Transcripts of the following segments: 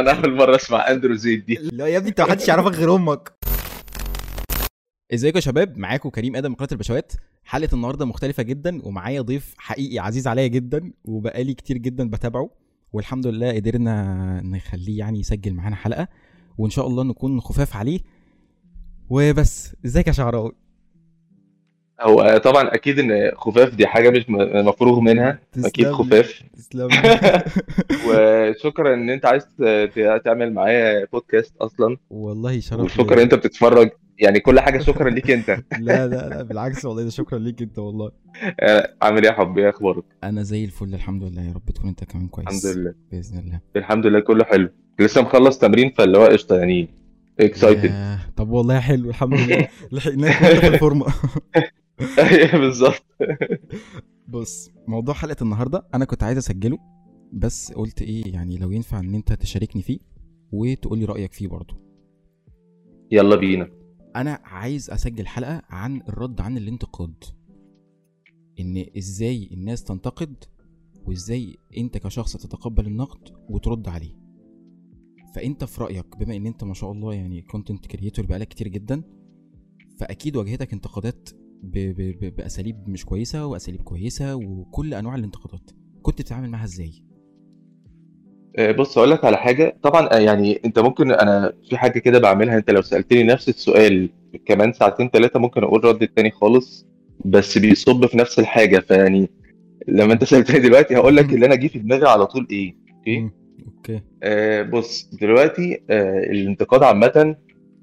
انا اول مره اسمع اندرو زيد دي. لا يا ابني انت محدش يعرفك غير امك. ازيكم يا شباب، معاكم كريم ادم من قناه البشوات. حلقه النهارده مختلفه جدا ومعايا ضيف حقيقي عزيز عليا جدا وبقالي كتير جدا بتابعه، والحمد لله قدرنا نخليه يعني يسجل معانا حلقه، وان شاء الله نكون خفاف عليه وبس. ازيك يا شعراوي؟ هو طبعا اكيد ان خفاف دي حاجه مش مفروغ منها، اكيد تسلم لي خفاف. تسلم لي. وشكرا ان انت عايز تعمل معايا بودكاست اصلا. والله شرف وشكرا ان ليا. انت بتتفرج، يعني كل حاجه شكرا ليك انت. لا لا لا بالعكس والله، ده شكرا ليك انت والله. عامل ايه يا حبيبي؟ ايه اخبارك؟ انا زي الفل الحمد لله، يا رب تكون انت كمان الحمد كويس لله. باذن الله. الحمد لله كله حلو، لسه مخلص تمرين فاللي هو قشطه يعني. اكسايتد. ياه طب والله حلو الحمد لله، لحقناك وانت في الفورمه. ايوه بالظبط. بص، موضوع حلقه النهارده انا كنت عايز اسجله، بس قلت ايه يعني لو ينفع ان انت تشاركني فيه وتقولي رايك فيه برضه. يلا بينا. انا عايز اسجل حلقه عن الرد عن الانتقاد، ان ازاي الناس تنتقد وازاي انت كشخص تتقبل النقد وترد عليه. فانت في رايك، بما ان انت ما شاء الله يعني كونتنت كريتور بقالك كتير جدا، فاكيد واجهتك انتقادات باساليب مش كويسه واساليب كويسه وكل انواع الانتقادات، كنت بتتعامل معاها ازاي؟ بص اقول لك على حاجه، طبعا يعني انت ممكن، انا في حاجه كده بعملها، انت لو سالتني نفس السؤال كمان ساعتين ثلاثه ممكن اقول رد تاني خالص، بس بيصب في نفس الحاجه. فيعني لما انت سالتني دلوقتي هقول لك اللي انا جه في دماغي على طول ايه. اوكي. اوكي. بص دلوقتي الانتقاد عامه،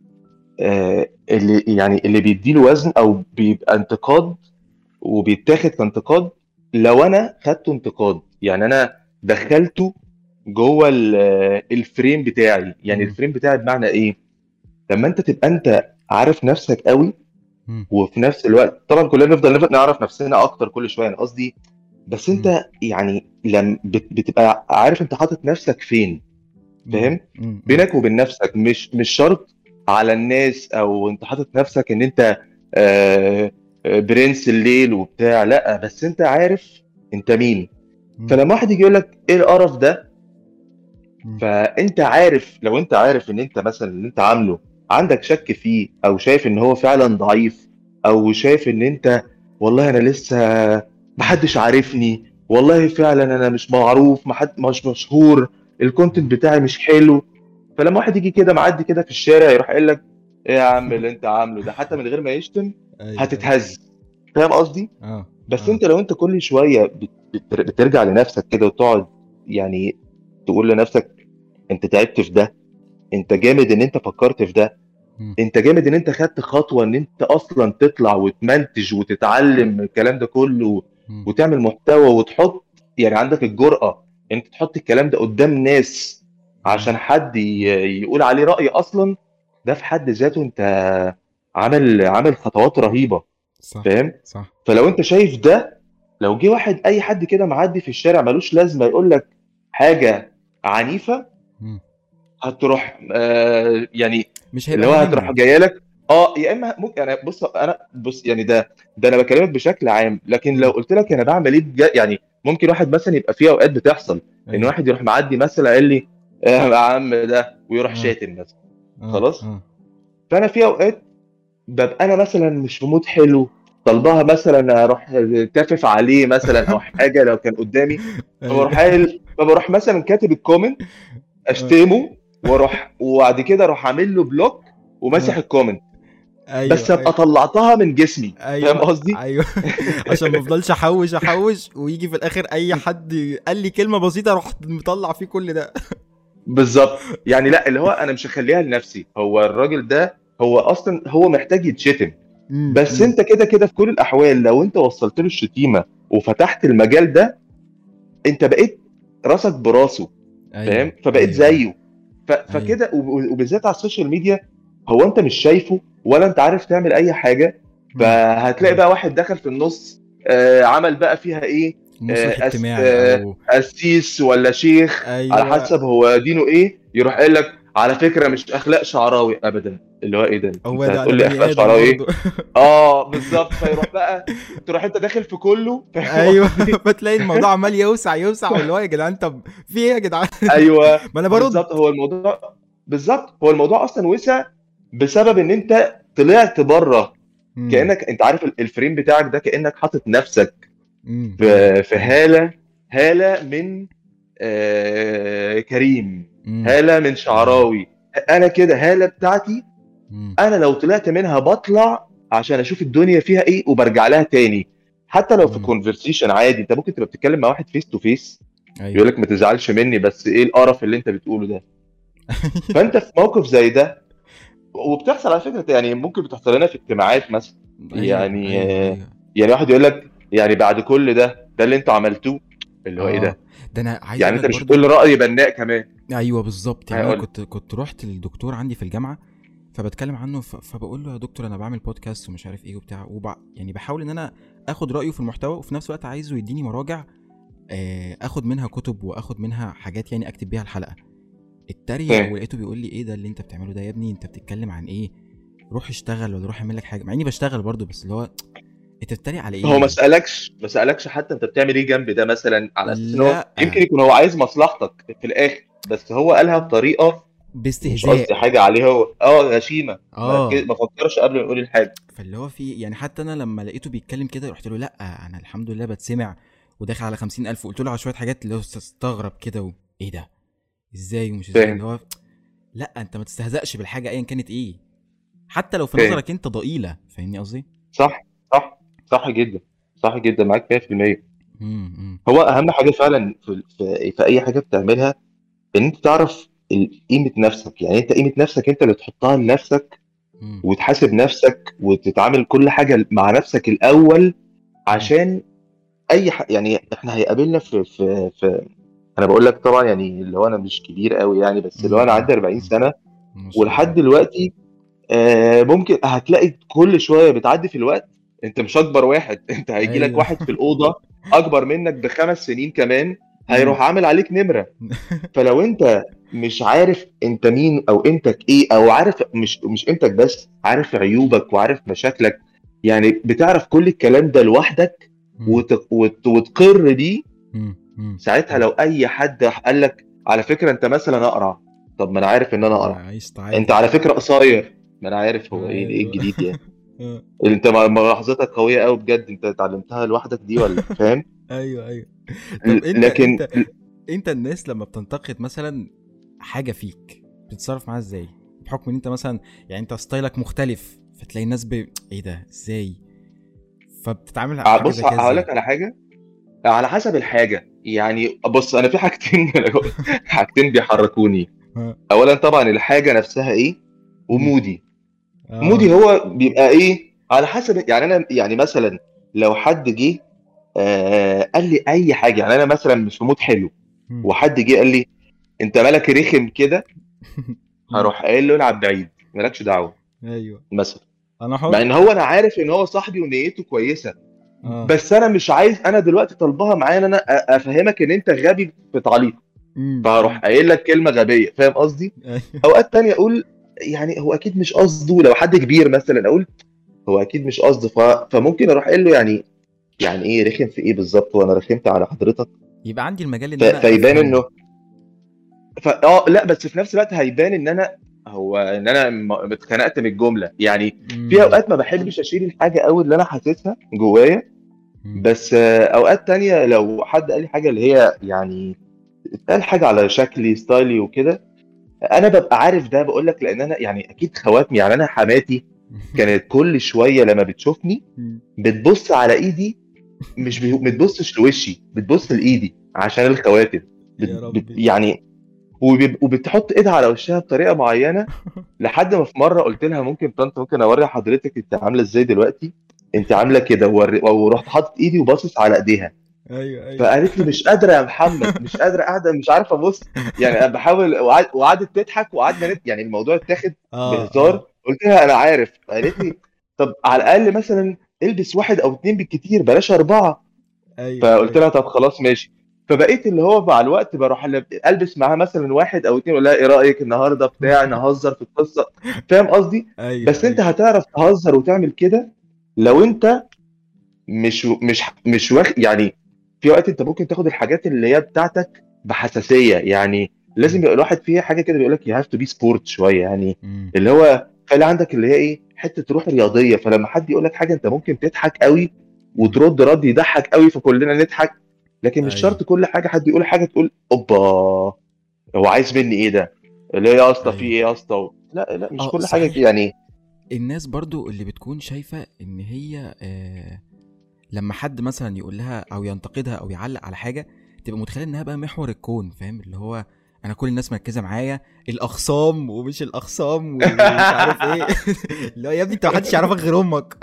اللي يعني اللي بيديله وزن او بيبقى انتقاد وبيتاخد كانتقاد، لو انا خدته انتقاد يعني انا دخلته جوه الفريم بتاعي. يعني مم. الفريم بتاعي بمعنى ايه؟ لما انت تبقى انت عارف نفسك قوي، مم. وفي نفس الوقت طبعا كلنا بنفضل نعرف نفسنا اكتر كل شويه، انا قصدي. بس مم. انت يعني لما بتبقى عارف انت حاطط نفسك فين، مم. فاهم؟ مم. بينك وبين نفسك، مش شرط على الناس، او انت حاطط نفسك ان انت آه، برنس الليل وبتاع، لا بس انت عارف انت مين. مم. فلما واحد يجي يقول لك ايه القرف ده، مم. فانت عارف، لو انت عارف ان انت مثلا اللي انت عامله عندك شك فيه، او شايف ان هو فعلا ضعيف، او شايف ان انت والله انا لسه مم. محدش عارفني، والله فعلا انا مش معروف، مش مشهور، الكونتنت مم. بتاعي مش حلو. فلما واحد يجي كده معدي كده في الشارع يروح قايل لك ايه يا عم اللي انت عامله ده، حتى من غير ما يشتم، ايوه ايوه. هتتهز. فاهم قصدي؟ اه بس اه. انت لو انت كل شويه بترجع لنفسك كده وتقعد يعني تقول لنفسك انت تعبت في ده، انت جامد ان انت فكرت في ده، مم. انت جامد ان انت خدت خطوه ان انت اصلا تطلع وتمنتج وتتعلم من الكلام ده كله مم. وتعمل محتوى وتحط، يعني عندك الجرأة ان انت تحط الكلام ده قدام ناس مم. عشان حد يقول عليه رأي اصلا. ده في حد ذاته انت عامل خطوات رهيبة، صح فاهم؟ صح. فلو انت شايف ده، لو جه واحد اي حد كده معدي في الشارع ملوش لازمة يقول لك حاجة عنيفة، مم. هتروح يعني مش اللي هيبقى هو هتروح هاممه. جايه لك. يا اما ممكن انا، بص يعني ده انا بكلمك بشكل عام، لكن لو مم. قلت لك انا بعمل ايه يعني ممكن واحد مثلا يبقى في اوقات بتحصل ان ايوه. واحد يروح معدي مثلا قال لي يا عم ده، ويروح اه شاتم مثلا. اه خلاص. اه. فانا في اوقات ببقى انا مثلا مش في مود حلو، طلبها مثلا اروح تافف عليه مثلا او حاجه لو كان قدامي، ايوه. فبروح مثلا كاتب الكومنت اه اشتمه، واروح وبعد كده اروح عامل له بلوك وماسح اه. الكومنت، بس ايوه ابقى ايوه طلعتها من جسمي. فاهم ايوه قصدي؟ ايوه. عشان ما افضلش احوش ويجي في الاخر اي حد قال لي كلمه بسيطه اروح مطلع فيه كل ده. بالظبط. يعني لا، اللي هو انا مش هخليها لنفسي، هو الراجل ده هو اصلا هو محتاج يتشتم. بس أمم. انت كده كده في كل الاحوال لو انت وصلت له الشتيمه وفتحت المجال ده، انت بقيت راسك براسه، ايوه فاهم؟ فبقيت ايوه ايوه زيه. ايوه. فكده وبالذات على السوشيال ميديا، هو انت مش شايفه ولا انت عارف تعمل اي حاجه، أمم. فهتلاقي أمم. بقى واحد دخل في النص، عمل بقى فيها ايه، مصلح اجتماعي او قسيس ولا شيخ على ايوه حسب هو دينه ايه، يروح قايل لك على فكره مش اخلاق شعراوي ابدا، اللي هو ايه ده هو انت ده هتقول لي بني اخلاق ادم شعراوي ايه؟ برضه. اه بالظبط، فيروح بقى تروح انت داخل في كله، فاهم ايوه. قصدي؟ فتلاقي الموضوع عمال يوسع يوسع، واللي هو يا جدعان طب في ايه يا جدعان؟ ايوه ما انا برد. بالظبط، هو الموضوع بالظبط، هو الموضوع اصلا وسع بسبب ان انت طلعت بره. امم. كانك انت عارف الفريم بتاعك ده، كانك حاطط نفسك ايوه في ايوه. هاله من كريم، امم. هاله من ايوه. شعراوي. انا كده هاله بتاعتي، امم. انا لو طلعت منها بطلع عشان اشوف الدنيا فيها ايه وبرجع لها تاني. حتى لو في امم. كونفرسيشن عادي، انت ممكن تبقى بتتكلم مع واحد فيس تو فيس ايوه. يقول لك ما تزعلش مني، بس ايه القرف اللي انت بتقوله ده؟ فانت في موقف زي ده، وبتحصل على فكره، يعني ممكن بتحصل لنا في اجتماعات مثلا، ايوه يعني ايوه ايوه. يعني واحد يقول لك يعني بعد كل ده اللي انتوا عملتوه، اللي هو ايه اه، ده؟ ده انا عايز يعني اقول انت لك مش بتقول برضو. راي بناء كمان؟ ايوه بالظبط، يعني انا هيقول كنت رحت للدكتور عندي في الجامعه، فبتكلم عنه، فبقول له يا دكتور انا بعمل بودكاست ومش عارف ايه وبتاع، يعني بحاول ان انا اخد رايه في المحتوى، وفي نفس الوقت عايزه يديني مراجع، اخد منها كتب واخد منها حاجات يعني اكتب بيها الحلقه. اتريق فاهم. ولقيته بيقول لي ايه ده اللي انت بتعمله ده يا ابني؟ انت بتتكلم عن ايه؟ روح اشتغل ولا روح اعمل لك حاجه، مع اني بشتغل برضو، بس اللي هو انت بتتريق على هو ما ايه؟ سالكش ما سالكش حتى انت بتعمل ايه جنب ده مثلا، على اساس ان هو لا، يمكن يكون هو عايز مصلحتك في الاخر، بس هو قالها بطريقه مش باستهزاء. قصدي حاجه عليه هو، غشيمه، اه. ما فكرش قبل ما يقول الحاجه. فاللي هو في يعني، حتى انا لما لقيته بيتكلم كده رحت له لا انا الحمد لله بتسمع وداخل على 50,000، وقلت له على شويه حاجات اللي هو استغرب كده ايه ده؟ ازاي ومش ازاي؟ اللي فاهم. هو لا، انت ما تستهزأش بالحاجه ايا كانت ايه، حتى لو في فاهم. نظرك انت ضئيله. فاهمني قصدي؟ صح. صح. صح جدا. صح جدا، معاك 100%. امم. هو اهم حاجه فعلا في اي حاجه بتعملها ان انت تعرف قيمه نفسك، يعني انت قيمه نفسك انت اللي تحطها لنفسك، امم. وتحاسب نفسك وتتعامل كل حاجه مع نفسك الاول. امم. عشان يعني احنا هيقابلنا في انا بقول لك طبعا، يعني اللي هو انا مش كبير قوي يعني، بس اللي هو انا امم. عندي 40 سنه ما شاء ولحد الله. دلوقتي. ممكن هتلاقي كل شويه بتعدي في الوقت، انت مش اكبر واحد انت هيجي لك ايوه. واحد في الاوضه اكبر منك ب5 سنين كمان، امم. هيروح عامل عليك نمره. فلو انت مش عارف انت مين او قيمتك ايه، او عارف مش قيمتك بس، عارف عيوبك وعارف مشاكلك، يعني بتعرف كل الكلام ده لوحدك وتقر بيه. ساعتها لو اي حد قال لك على فكره انت مثلا اقرع، طب ما انا عارف ان انا اقرع. عشت انت عادي. على فكره قصير، ما انا عارف هو ايه ايوه. الجديد يعني. انت ملاحظتك قويه قوي بجد، انت اتعلمتها لوحدك دي ولا فاهم؟ ايوه ايوه. طب انت لكن انت الناس لما بتنتقد مثلا حاجه فيك بتتصرف معاها ازاي؟ بحكم ان انت مثلا يعني انت ستايلك مختلف، فتلاقي الناس ايه ده ازاي؟ فبتتعامل مع حاجه بص زي كده هقول ازاي؟ لك على حاجه، على حسب الحاجه يعني. بص انا في حاجتين حاجتين بيحركوني. ها. اولا طبعا الحاجه نفسها ايه، مم. ومودي. اه. مودي هو بيبقى ايه على حسب، يعني انا يعني مثلا لو حد جه قال لي اي حاجه، يعني انا مثلا مش في مود حلو، مم. وحد جه قال لي انت مالك رخم كده، مم. هروح قايل له العب بعيد مالكش دعوه ايوه. مثلا. انا مع حر. ان هو انا عارف ان هو صاحبي ونيته كويسه، اه. بس انا مش عايز، انا دلوقتي طالبها معايا ان انا افهمك ان انت غبي في تعليق، فهروح مم. قايل لك كلمه غبيه، فاهم قصدي؟ ايوه. اوقات تانية اقول يعني هو اكيد مش قصده، لو حد كبير مثلا اقول هو اكيد مش قصده، فممكن اروح قايل له يعني ايه رخم في ايه بالظبط، وانا رخمت على حضرتك؟ يبقى عندي المجال ان انا فيبان افهمه. انه لا، بس في نفس الوقت هيبان ان انا هو ان انا اتخنقت من الجمله يعني. في مم. اوقات ما بحبش اشيل الحاجه قوي اللي انا حاسسها جوايا، مم. بس اوقات تانية لو حد قال لي حاجه اللي هي يعني قال حاجه على شكلي ستايلي وكده، انا ببقى عارف ده، بقول لك لان انا يعني اكيد خواتمي، يعني انا حماتي كانت كل شويه لما بتشوفني بتبص على ايدي، مش ما بتبصش لوشي، بتبص لايدي عشان الخواتم. يا ربي. يعني وبتحط ايدها على وشها بطريقه معينه، لحد ما في مره قلت لها ممكن طنط ممكن اوري حضرتك انت عامله ازاي دلوقتي، انت عامله كده، ورحت حاطط ايدي وباصص على ايديها. ايوه ايوه. فقالت لي مش قادره يا محمد، مش قادره، قاعده مش عارفه ابص، يعني انا بحاول، وقعدت تضحك وقعدنا يعني الموضوع اتاخد اه اه. بهزار. قلت لها انا عارف، فقالت لي طب على الاقل مثلا البس واحد او اتنين بالكتير، بلاش اربعه. ايوه فقلت ايوه. لها طب خلاص ماشي. فبقيت اللي هو مع الوقت بروح البس معاه مثلا واحد او اتنين، اقول لها ايه رايك النهارده بتاع نهزر في القصه. فاهم قصدي؟ ايوه بس انت ايوه. هتعرف تهزر وتعمل كده لو انت مش واخد يعني. في وقت انت ممكن تاخد الحاجات اللي هي بتاعتك بحساسيه، يعني لازم مم. يبقى الواحد فيها حاجه كده بيقول لك يو هاف تو بي سبورت شويه يعني. مم. اللي هو خلي عندك اللي هي ايه حته روح رياضيه، فلما حد يقول لك حاجه انت ممكن تضحك قوي مم. وترد رد يضحك قوي فكلنا نضحك. لكن مش ايوه شرط كل حاجه حد يقول حاجه تقول اوبا هو عايز مني ايه ده، اللي هي يا اسطى في ايوه. ايه يا اسطى. لا لا مش اه كل حاجه صحيح. يعني. الناس برضو اللي بتكون شايفة ان هي لما حد مثلا يقول لها او ينتقدها او يعلق على حاجة، تبقى متخيلة انها بقى محور الكون، فاهم؟ اللي هو انا كل الناس مركزة معايا، الاخصام ومش الاخصام ومش عارف ايه. اللي هو يا ابني انت محدش يعرفك غير امك.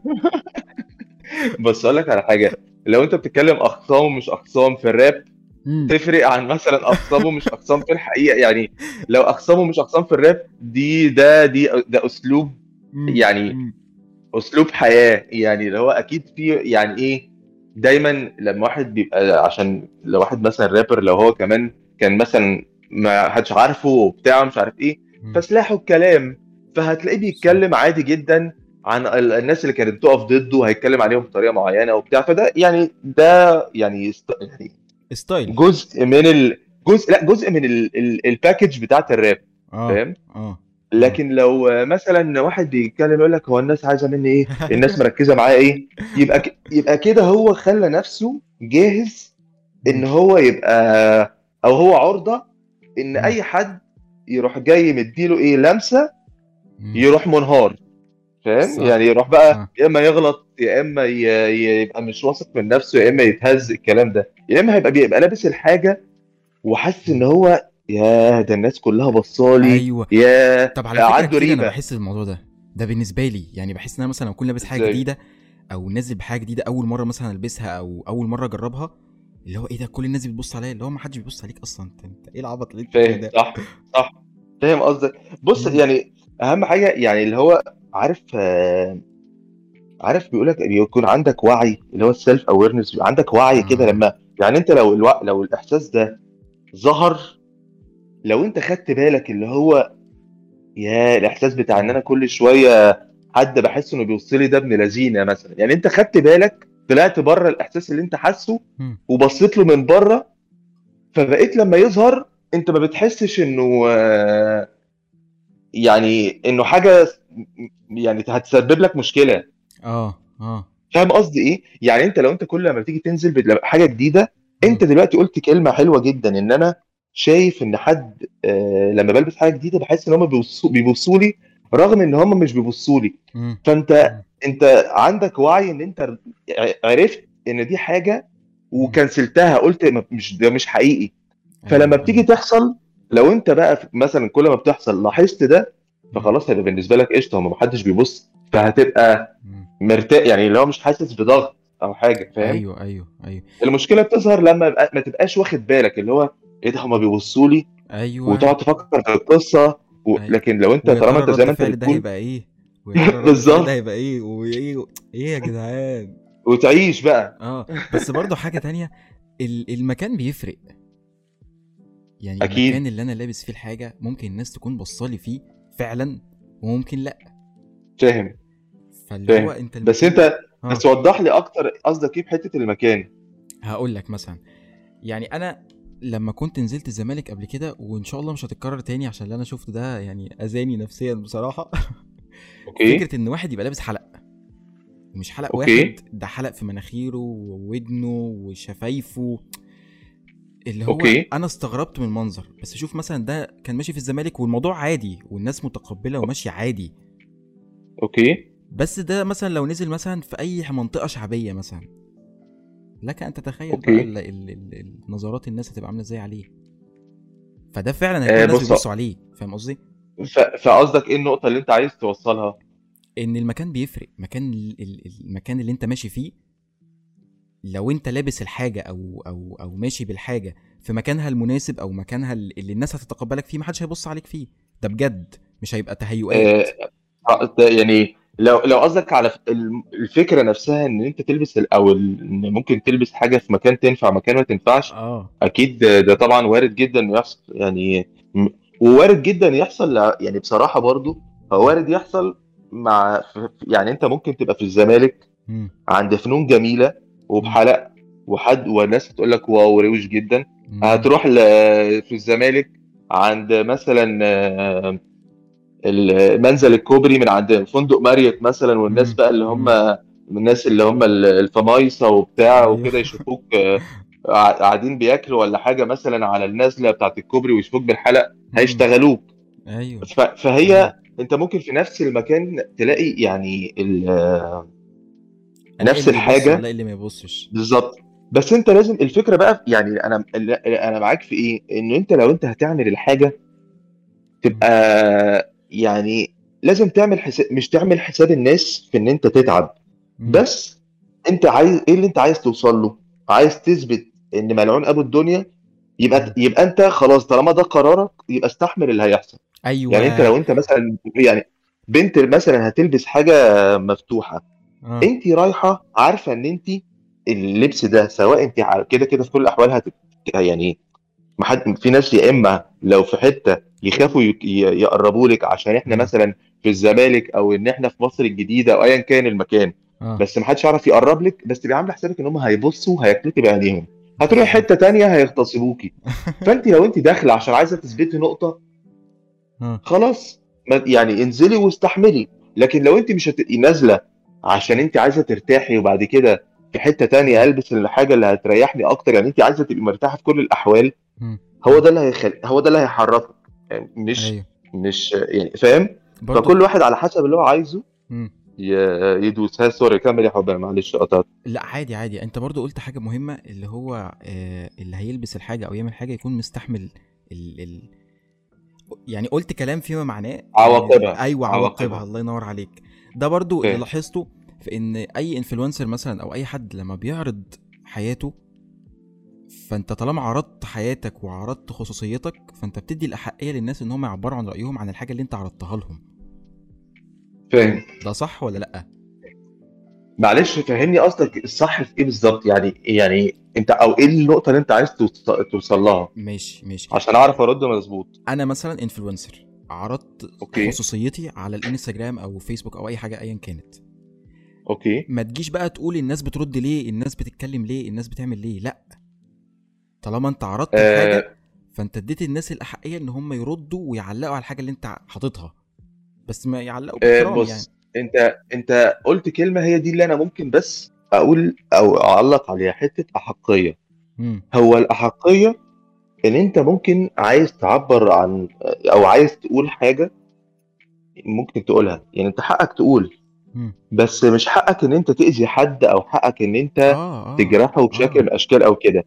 بس اقول لك على حاجه، لو انت بتتكلم اخصام ومش اخصام في الراب امم. تفرق عن مثلا اخصام ومش اخصام في الحقيقه يعني. لو اخصام ومش اخصام في الراب ده اسلوب يعني، امم. اسلوب حياه يعني، اللي هو اكيد في يعني ايه. دايما لما واحد بيبقى عشان لو واحد مثلا رابر لو هو كمان كان مثلا ما حدش عارفه وبتاع مش عارف ايه، فسلاحه الكلام، فهتلاقيه صح. بيتكلم عادي جدا عن الناس اللي كانت بتقف ضده، هيتكلم عليهم بطريقه معينه وبتاع. فده يعني ده يعني يعني ستايل. جزء من الجزء، لا جزء من الباكج بتاعت الراب. اه فاهم؟ اه اه. لكن لو مثلا واحد بيتكلم يقول لك هو الناس عايزه مني ايه، الناس مركزه معايا ايه، يبقى كده هو خلى نفسه جاهز ان مم. هو يبقى او هو عرضه ان مم. اي حد يروح جاي مديله ايه لمسه مم. يروح منهار. فاهم صح. يعني؟ يروح بقى اه. يا اما يغلط يا اما يبقى مش واثق من نفسه يا اما يتهز الكلام ده، يا اما بيبقى لابس الحاجه وحاسس ان مم. هو يا ده الناس كلها بصالي ايوه. يا طب على فكره عنده كتير انا ريبه. بحس الموضوع ده، ده بالنسبه لي يعني بحس ان انا مثلا لما اكون لابس حاجه ازاي؟ جديده او نازل بحاجه جديده اول مره مثلا البسها او اول مره اجربها، اللي هو ايه ده كل الناس دي بتبص عليا، اللي هو ما حدش بيبص عليك اصلا، انت ايه العبط اللي انت فيه فاهم ده؟ صح. صح فاهم قصدك. بص مم. يعني اهم حاجه يعني اللي هو عارف عارف بيقول لك يكون عندك وعي اللي هو السيلف اويرنس، يبقى عندك وعي كده اه. لما يعني انت لو الاحساس ده ظهر، لو انت خدت بالك اللي هو يا الاحساس بتاع ان مم. انا كل شويه حد بحس انه بيوصل لي ده ابن لذينه مثلا، يعني انت خدت بالك طلعت بره الاحساس اللي انت حاسه مم. وبصيت له من بره، فبقيت لما يظهر انت ما بتحسش انه يعني انه حاجه يعني هتسبب لك مشكله. اه اه. فاهم قصدي ايه؟ يعني انت لو انت كل لما تيجي تنزل حاجه جديده، مم. انت دلوقتي قلت كلمه حلوه جدا ان انا شايف ان حد لما بلبس حاجه جديده بحس ان هم بيبصوا لي رغم ان هم مش بيبصوا لي. مم. فانت مم. عندك وعي ان انت عرفت ان دي حاجه مم. وكنسلتها، قلت مش ده مش حقيقي. فلما ايوه بتيجي ايوه. تحصل، لو انت بقى مثلا كل ما بتحصل لاحظت ده، مم. فخلاص هيبقى بالنسبه لك قشطه، ما محدش بيبص، فهتبقى مم. مرتاح يعني اللي هو مش حاسس بضغط او حاجه. فاهم؟ ايوه ايوه ايوه. المشكله بتظهر لما ما تبقاش واخد بالك اللي هو ايه ده هما بيبصوا لي، ايوه وتقعد تفكر في القصه ايوه. لكن لو انت ويا طالما ترى انت زي رد ما انت فعل ده بتقول هيبقى ايه؟ ويا ترى رد فعل ده بالظبط هيبقى ايه وايه؟ ايه يا جدعان؟ وتعيش بقى. اه. بس برضو حاجة تانية، المكان بيفرق. يعني اكيد المكان اللي انا لابس فيه الحاجة ممكن الناس تكون بصالي فيه فعلا وممكن لا. فاهم. فاللي هو فاهم انت بس المكان ده. انت اه. بس وضح لي اكتر قصدك ايه بحته المكان. هقول لك مثلا، يعني انا لما كنت نزلت الزمالك قبل كده وان شاء الله مش هتتكرر تاني عشان اللي انا شفته ده يعني اذاني نفسيا بصراحة. اوكي. فكرة ان واحد يبقى لابس حلق، ومش حلق واحد، اوكي. ده حلق في مناخيره وودنه وشفايفه، اللي هو اوكي. انا استغربت من المنظر. بس شوف مثلا ده كان ماشي في الزمالك والموضوع عادي والناس متقبلة وماشية عادي. اوكي. بس ده مثلا لو نزل مثلا في اي منطقة شعبية مثلا، لك ان تتخيل بقى اوكي. النظرات الناس هتبقى عاملة ازاي عليه. فده فعلا هيكون الناس بص، بيبصوا عليه، فاهم قصدي؟ فقصدك ايه النقطه اللي انت عايز توصلها؟ ان المكان بيفرق، مكان المكان اللي انت ماشي فيه، لو انت لابس الحاجة او ماشي بالحاجة في مكانها المناسب او مكانها اللي الناس هتتقبلك فيه، محدش هيبص عليك فيه. ده بجد مش هيبقى تهيؤات. يعني لو قصدك على الفكره نفسها ان انت تلبس ان ممكن تلبس حاجه في مكان تنفع مكان ما تنفعش. اه. اكيد ده طبعا وارد جدا انه يحصل يعني. ووارد جدا يحصل يعني بصراحه برضو هو مم. وارد يحصل يعني انت ممكن تبقى في الزمالك مم. عند فنون جميله مم. وبحلق والناس هتقول لك واو روش جدا. مم. هتروح في الزمالك عند مثلا المنزل الكوبري من عند فندق ماريوت مثلا، والناس مم. بقى اللي هم مم. الناس اللي هم الفمايصه وبتاع ايوه. وكده يشوفوك قاعدين بياكلوا ولا حاجه مثلا على النازله بتاعت الكوبري ويشوفوك بالحلق مم. هيشتغلوك. ايوه. فهي ايوه. انت ممكن في نفس المكان تلاقي يعني الاقي نفس اللي يبص الحاجه والاقي اللي ما يبصش. بالظبط. بس انت لازم الفكره بقى يعني انا معاك في ايه، ان انت لو انت هتعمل الحاجه مم. تبقى يعني لازم تعمل حساب، مش تعمل حساب الناس في ان انت تتعب. مم. بس انت عايز ايه اللي انت عايز توصل له؟ عايز تثبت ان ملعون ابو الدنيا، مم. يبقى انت خلاص طالما ده قرارك يبقى استحمل اللي هيحصل. يعني انت ايوه. لو انت مثلا يعني بنت مثلا هتلبس حاجه مفتوحه، اه. انت رايحه عارفه ان انت اللبس ده سواء انت كده كده في كل الاحوال يعني ما حد في ناس يا اما لو في حته يخافوا يقربوا لك عشان احنا مم. مثلا في الزمالك او ان احنا في مصر الجديده او ايا كان المكان، اه. بس ما حدش يعرف يقرب لك، بس تبقى عامله حسابك ان هم هيبصوا هياكلوكي بعينيهم. هتروحي حته بالظبط. تانية هيغتصبوكي. فانت لو انت داخله عشان عايزه تثبتي نقطه، اه. خلاص يعني انزلي واستحملي. لكن لو انت مش هتبقي نازله عشان انت عايزه ترتاحي وبعد كده في حته تانية مم. البس الحاجه اللي هتريحني اكتر، يعني انت عايزه تبقي مرتاحه في كل الاحوال، مم. هو مم. ده اللي هو ده اللي هيحركك. يعني مش ايوه. مش يعني فاهم. برضو. فكل واحد على حسب اللي هو عايزه مم. يدوس. سوري كمل يا حبيبي معلش قطعت. لا، عادي عادي، انت برضو قلت حاجة مهمة، اللي هو اللي هيلبس الحاجة او يعمل حاجة يكون مستحمل ال... يعني قلت كلام فيما معناه ان عواقبها ايوه عواقبها، عواقبها. الله ينور عليك. ده برضو اللي فاهم. لاحظته، في ان اي انفلونسر مثلا او اي حد لما بيعرض حياته، فانت طالما عرضت حياتك وعرضت خصوصيتك، فانت بتدي الاحقيه للناس ان هم يعبروا عن رايهم عن الحاجه اللي انت عرضتها لهم. فاهم. ده صح ولا لا؟ معلش فهمني قصدك الصح في ايه بالظبط، يعني انت او ايه النقطه اللي انت عايز توصل لها ماشي ماشي. عشان اعرف ارد مظبوط. انا مثلا انفلونسر، عرضت اوكي. خصوصيتي على الانستجرام او فيسبوك او اي حاجه ايا كانت. اوكي. ما تجيش بقى تقول الناس بترد ليه، الناس بتتكلم ليه، الناس بتعمل ليه، لا. طالما انت عرضت الحاجه، آه فانت اديت الناس الاحقيه ان هم يردوا ويعلقوا على الحاجه اللي انت حاططها، بس ما يعلقوا باحترام يعني. بص انت قلت كلمه هي دي اللي انا ممكن بس اقول او اعلق عليها، حته احقيه. امم. هو الاحقيه ان انت ممكن عايز تعبر عن او عايز تقول حاجه ممكن تقولها، يعني انت حقك تقول، امم. بس مش حقك ان انت تأذي حد او حقك ان انت اه. اه. تجرحه بشكل اه. من الاشكال او كده.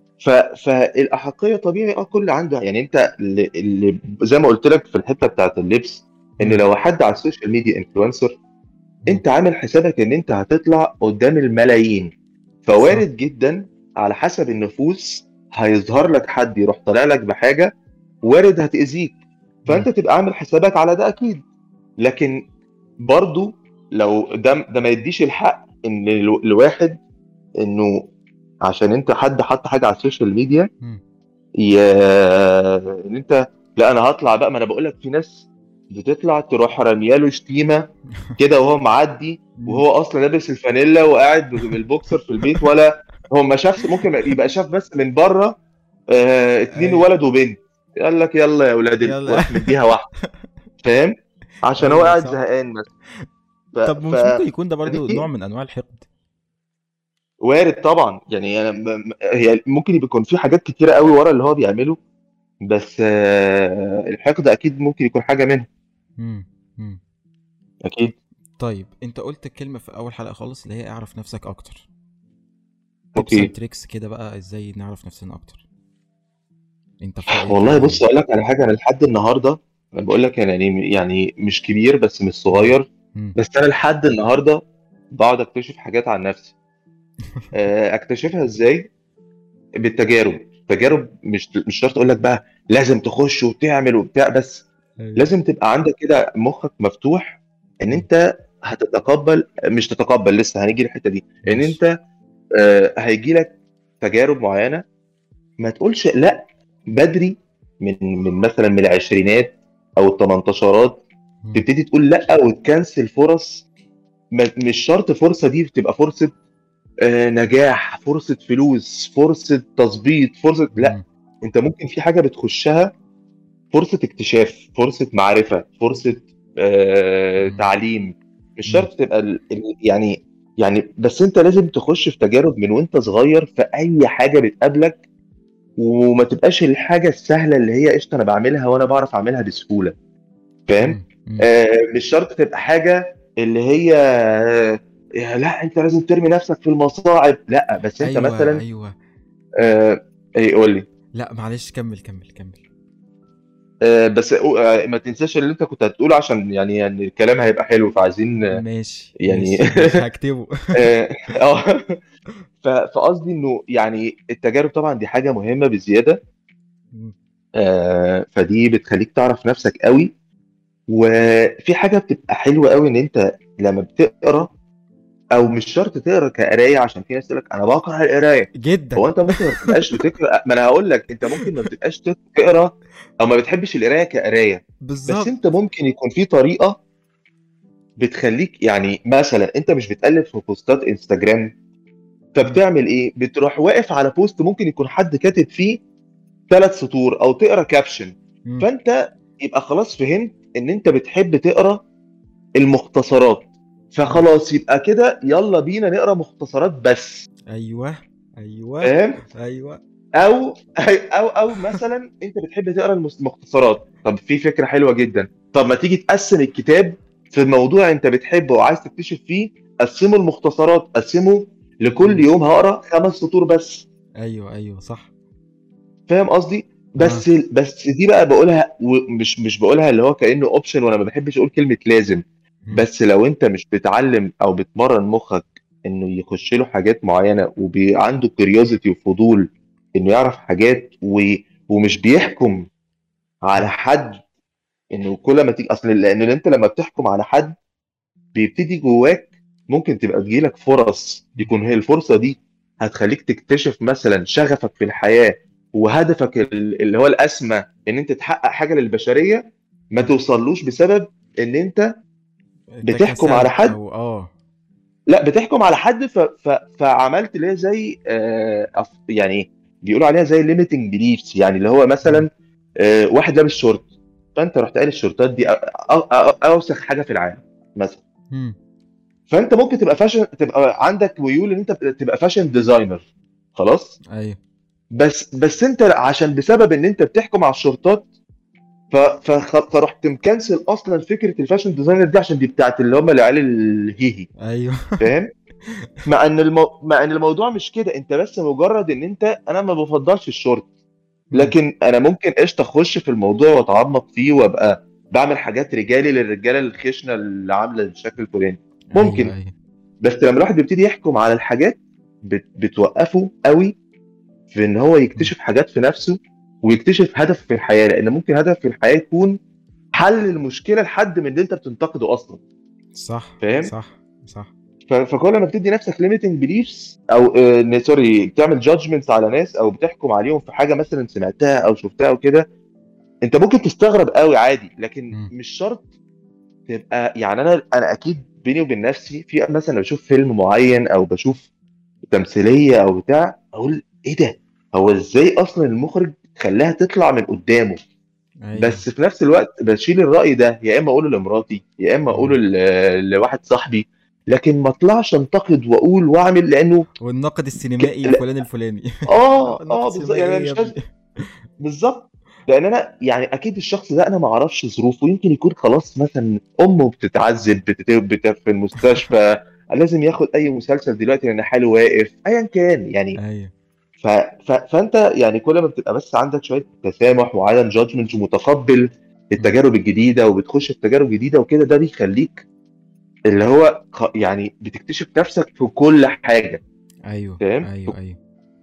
فالاحقيه طبيعي كل عنده، يعني انت اللي زي ما قلت لك في الحته بتاعت اللبس، ان امم. لو حد على السوشيال ميديا انفلونسر امم. انت عامل حسابك ان انت هتطلع قدام الملايين، صح. فوارد جدا على حسب النفوس هيظهر لك حد يروح طالع لك بحاجه وارد هتأذيك، امم. فانت تبقى عامل حسابك على ده اكيد. لكن برضو لو ده ما يديش الحق ان الواحد انه عشان انت حد حط حاجه على السوشيال ميديا امم. ان انت لا انا هطلع بقى. ما انا بقول لك في ناس بتطلع تروح رمياله شتيمه كده وهو معدي امم. وهو اصلا لابس الفانيلا وقاعد بالبوكسر في البيت، ولا هو ما شافش، ممكن يبقى شاف بس من بره اتنين ايوه. ولد وبنت، قال لك يلا يا ولاد يلا. وراح مديها واحده. فاهم. عشان هو ايوه قاعد صح. زهقان مثلا. ف طب ف مش ممكن يكون ده برضو نوع دي من انواع الحقد؟ وارد طبعا، يعني انا هي ممكن يكون في حاجات كتيره قوي ورا اللي هو بيعمله، بس الحقد اكيد ممكن يكون حاجه منها. امم. امم. اكيد. طيب انت قلت كلمة في اول حلقة خالص، اللي هي اعرف نفسك اكتر. تيبس اند اوكي. تريكس كده بقى، ازاي نعرف نفسنا اكتر؟ انت في رأيك والله ايه؟ بص اقول لك على حاجه، انا لحد النهارده انا بقول لك يعني مش كبير بس مش امم. صغير، امم. بس انا لحد النهارده بقعد اكتشف حاجات عن نفسي. اكتشفها ازاي؟ بالتجارب. تجارب مش شرط اقول لك بقى لازم تخش وتعمل وبتاع، بس ايوه. لازم تبقى عندك كده مخك مفتوح ان امم. انت هتتقبل، مش تتقبل، لسه هنيجي للحته دي، ان ماشي. انت هيجي لك تجارب معينه ما تقولش لا بدري، من مثلا من العشرينات او التمنتاشرات، مم. تبتدي تقول لا وتكنسل فرص. مش شرط فرصه دي بتبقى فرصه نجاح، فرصه فلوس، فرصه تظبيط، فرصه لا. مم. انت ممكن في حاجه بتخشها فرصه اكتشاف، فرصه معرفه، فرصه مم. تعليم. مش مم. شرط تبقى يعني بس انت لازم تخش في تجارب من وانت صغير في اي حاجه بتقابلك، وما تبقاش الحاجه السهله اللي هي قشطه انا بعملها وانا بعرف اعملها بسهوله. فاهم؟ مم. مم. مش شرط تبقى حاجه اللي هي لا انت لازم ترمي نفسك في المصاعب، لا بس انت ايوه مثلا ايوه. ايه قول لي. لا معلش، كمل كمل كمل. بس ما تنساش اللي انت كنت هتقوله، عشان يعني الكلام هيبقى حلو، فعايزين ماشي يعني ماشي ماشي، هكتبه. اه فقصدي انه يعني التجارب طبعا دي حاجه مهمه بزياده. مم. فدي بتخليك تعرف نفسك قوي. وفي حاجه بتبقى حلوه قوي ان انت لما بتقرا، او مش شرط تقرا كقرايه، عشان في ناس تقول لك انا بكره القرايه. جدا. هو انت ممكن ما بتبقاش بتقرا، ما انا هقول لك انت ممكن ما بتبقاش تقرا او ما بتحبش القرايه كقرايه، بس انت بالظبط. ممكن يكون في طريقه بتخليك، يعني مثلا انت مش بتقلب في بوستات انستجرام، مم. فبتعمل ايه؟ بتروح واقف على بوست ممكن يكون حد كاتب فيه 3 سطور او تقرا كابشن، مم. فانت يبقى خلاص فهمت ان انت بتحب تقرا المختصرات، مم. فخلاص يبقى كده يلا بينا نقرا مختصرات بس. ايوه ايوه فاهم؟ ايوه. او مثلا انت بتحب تقرا المختصرات، طب في فكره حلوه جدا، طب ما تيجي تقسم الكتاب في موضوع انت بتحبه وعايز تكتشف فيه، قسمه المختصرات، قسمه لكل مم. يوم هقرا 5 سطور بس. ايوه ايوه صح. فاهم قصدي؟ اه. بس دي بقى بقولها، ومش بقولها اللي هو كانه اوبشن، وانا ما بحبش اقول كلمه لازم. مم. بس لو انت مش بتعلم او بتمرن مخك انه يخش له حاجات معينه، وعنده كيوريوزيتي وفضول انه يعرف حاجات، ومش بيحكم على مم. حد، انه كل ما تيجي اصل، لان انت لما بتحكم على حد بيبتدي جواك ممكن تبقى تجيلك فرص، مم. يكون هي الفرصة دي هتخليك تكتشف مثلا شغفك في الحياة، وهدفك اللي هو الأسمى، ان انت تحقق حاجة للبشرية، ما مم. توصلوش بسبب ان انت بتحكم على تكاسلت حد. او اه. لا بتحكم على حد فعملت اللي هي زي يعني بيقولوا عليها زي limiting beliefs، يعني اللي هو مم. مثلا واحد لابس شورت، فانت رحت قايل الشورتات دي اوسخ حاجة في العالم مثلا. مم. فانت ممكن تبقى فاشن، تبقى عندك ميول ان انت تبقى فاشن ديزاينر، خلاص. ايوه. بس انت عشان بسبب ان انت بتحكم على الشورتات، فرحت مكنسل اصلا فكره الفاشن ديزاينر دي، عشان دي بتاعت اللي هم العيال الهيهي. ايوه. فاهم؟ مع ان الموضوع مش كده، انت بس مجرد ان انت، انا ما بفضلش الشورت، مم. لكن انا ممكن قشطه اخش في الموضوع واتعمق فيه، وابقى بعمل حاجات رجالي للرجاله الخشنه اللي عامله الشكل الفلاني، ايوه ممكن. ايوه. بس لما الواحد بيبتدي يحكم على الحاجات، بتوقفه قوي في ان هو مم. يكتشف حاجات في نفسه، ويكتشف هدف في الحياه، لان ممكن هدف في الحياه يكون حل المشكله لحد من اللي انت بتنتقده اصلا. صح فاهم؟ صح صح. فكل ما بتدي نفسك limiting beliefs، او سوري، تعمل judgments على ناس، او بتحكم عليهم في حاجه مثلا سمعتها او شفتها او كده، انت ممكن تستغرب قوي عادي، لكن مم. مش شرط تبقى، يعني انا اكيد بيني وبين نفسي في مثلا لو بشوف فيلم معين او بشوف تمثيليه او بتاع، اقول ايه ده، هو ازاي اصلا المخرج خلاها تطلع من قدامه؟ ايوه. بس في نفس الوقت بشيل الراي ده، يا اما اقوله لمراتي، يا اما اقوله مم. لواحد صاحبي، لكن ما اطلعش انتقد واقول واعمل، لانه والناقد السينمائي لا. الفلاني الفلاني. الناقد بالظبط، السينمائي يعني انا ايه يا مش عايز، ابني؟ بالظبط. لان انا يعني اكيد الشخص ده انا ما اعرفش ظروفه، يمكن يكون خلاص مثلا امه بتتعذب في المستشفى، لازم ياخد اي مسلسل دلوقتي لان حاله واقف، ايا كان يعني. ايوه. فانت يعني كل ما بتبقى بس عندك شويه تسامح وعدم جادجمنت، ومتقبل مم. التجارب الجديده، وبتخش في تجارب جديده وكده، ده بيخليك اللي هو يعني بتكتشف نفسك في كل حاجه. ايوه فاهم؟ ايوه ايوه.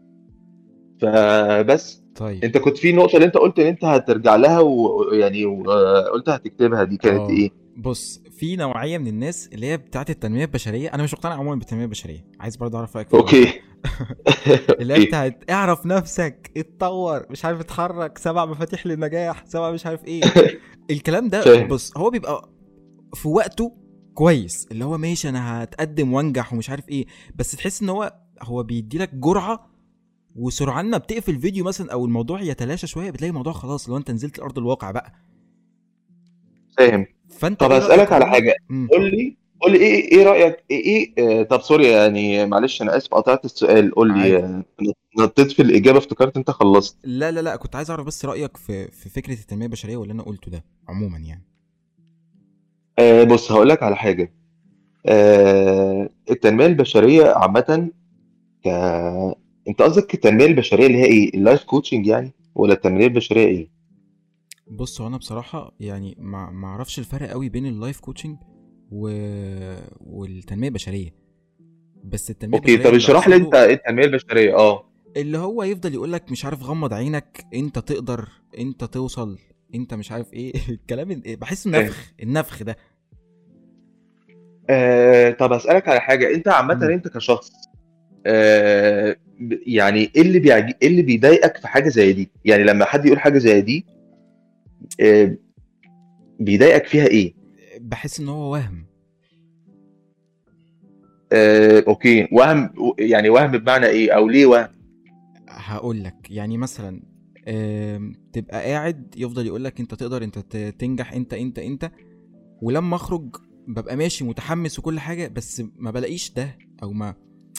فبس طيب. انت كنت في نقطه اللي انت قلت ان انت هترجع لها، ويعني قلت هتكتبها، دي كانت اه. ايه؟ بص، في نوعيه من الناس اللي هي بتاعت التنميه البشريه، انا مش مقتنع عموما بالتنميه البشريه، عايز برضه اعرف رايك في الموضوع ده. اوكي. اللي هي اوكي. بتاعت اعرف نفسك، اتطور، مش عارف، اتحرك، 7 مفاتيح للنجاح، 7 مش عارف ايه. الكلام ده فاهم. بص هو بيبقى في وقته كويس، اللي هو ماشي انا هتقدم وانجح ومش عارف ايه، بس تحس ان هو بيدي لك جرعه، وسرعان ما بتقفل الفيديو مثلا او الموضوع يتلاشى شويه، بتلاقي الموضوع خلاص لو انت نزلت الارض الواقع بقى. فاهم. فانت طب ايه رايك هسألك على عموما؟ حاجة. قول لي ايه رأيك طب سوري يعني معلش انا اسف قطعت السؤال. قول لي عادي. نطيت في الإجابة افتكرت انت خلصت. لا لا لا، كنت عايز اعرف بس رايك في فكره التنميه البشريه واللي انا قلته ده عموما يعني. بص هقول لك على حاجة. التنمية البشرية عامة ك انت قصدك التنمية البشرية اللي هي ايه، اللايف كوتشنج يعني، ولا التنمية البشرية ايه؟ بص، هو انا بصراحه يعني ما اعرفش الفرق قوي بين اللايف كوتشنج و... والتنميه البشريه، بس التنميه اوكي، البشريه طب اللي اشرح لي انت اقصده ايه التنمية البشرية. اللي هو يفضل يقولك مش عارف غمض عينك، انت تقدر، انت توصل، انت مش عارف ايه. الكلام بحس فاهم. النفخ ده. طب اسألك على حاجة. انت عامة مم. انت كشخص يعني ايه اللي بيضايقك في حاجة زي دي؟ يعني لما حد يقول حاجة زي دي آه، بيضايقك فيها ايه؟ بحس ان هو وهم. اوكي، وهم. يعني وهم بمعنى ايه او ليه وهم؟ هقول لك يعني مثلا، تبقى قاعد يفضل يقولك انت تقدر، انت تنجح، انت ولما اخرج ببقى ماشي متحمس وكل حاجة، بس ما بلاقيش ده، او ما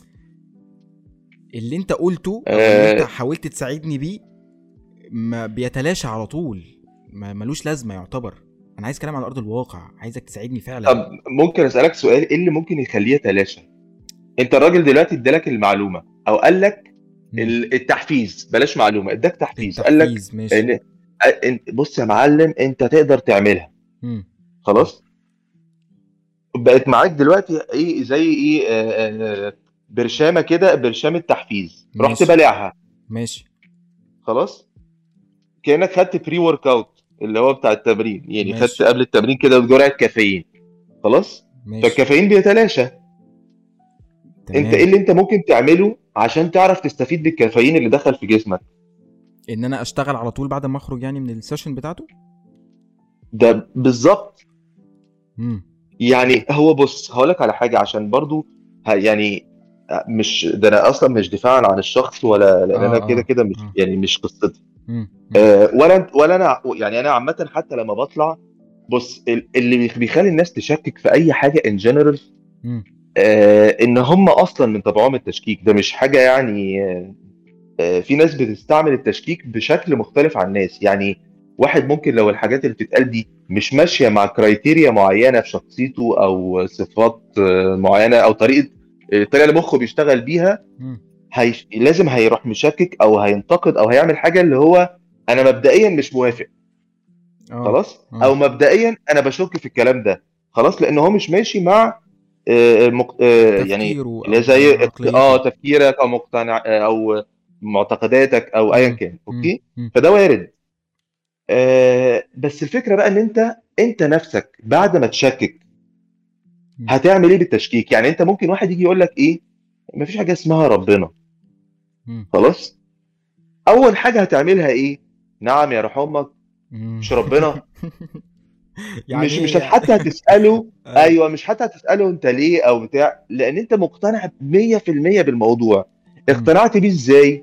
اللي انت قلته او اللي انت آه، حاولت تساعدني بيه ما بيتلاشى على طول، ما ملوش لازمة يعتبر. انا عايز كلام على ارض الواقع، عايزك تساعدني فعلا. طب ممكن اسألك سؤال؟ ايه اللي ممكن يخليه يتلاشى؟ انت الراجل دلوقتي ادالك المعلومة او قال لك مم. التحفيز، بلاش معلومة، اداك تحفيز قال لك التحفيز ماشي. ان بص يا معلم انت تقدر تعملها. مم. خلاص. بقت معاك دلوقتي ايه زي ايه برشامه كده، برشامه تحفيز، رحت ماشي. بالعها. ماشي. خلاص. كانك خدت بري ورك اوت اللي هو بتاع التمرين، يعني خدت ماشي. قبل التمرين كده جرعه كافيين. خلاص. ماشي. فالكافيين بيتلاشى. انت ايه تمام. اللي انت ممكن تعمله عشان تعرف تستفيد بالكافيين اللي دخل في جسمك؟ ان انا اشتغل على طول بعد ما اخرج يعني من السيشن بتاعته. ده بالظبط. امم. يعني هو بص هقولك على حاجه عشان برضو يعني مش ده انا اصلا مش دفاعا عن الشخص، ولا لان اه انا كده اه كده مش اه. يعني مش قصتي. امم. ولا انا يعني انا عامه حتى لما بطلع. بص اللي بيخلي الناس تشكك في اي حاجه ان جنرال امم. ان هم اصلا من طبعهم التشكيك ده مش حاجه يعني. في ناس بتستعمل التشكيك بشكل مختلف عن الناس يعني. واحد ممكن لو الحاجات اللي بتتقال دي مش ماشيه مع كرايتيريا معينه في شخصيته او صفات معينه او الطريقه اللي مخه بيشتغل بيها. امم. لازم هيروح مشكك او هينتقد او هيعمل حاجه اللي هو انا مبدئيا مش موافق. اه خلاص. اه. او مبدئيا انا بشك في الكلام ده. خلاص لان هو مش ماشي مع يعني تفكيره اللي هي او زي عقليته. تفكيرك او مقتنع او معتقداتك او ايا امم. كان. امم. اوكي. فده وارد. بس الفكره بقى ان انت نفسك بعد ما تشكك هتعمل ايه بالتشكيك؟ يعني انت ممكن واحد يجي يقول لك ايه، مفيش حاجه اسمها ربنا. خلاص. اول حاجه هتعملها ايه؟ نعم يا روح امك، امم. مش ربنا. يعني مش ايه؟ حتى هتسأله. ايوه. ايوه مش حتى هتسأله انت ليه او بتاع، لان انت مقتنع 100% بالموضوع. امم. اقتنعت بيه ازاي؟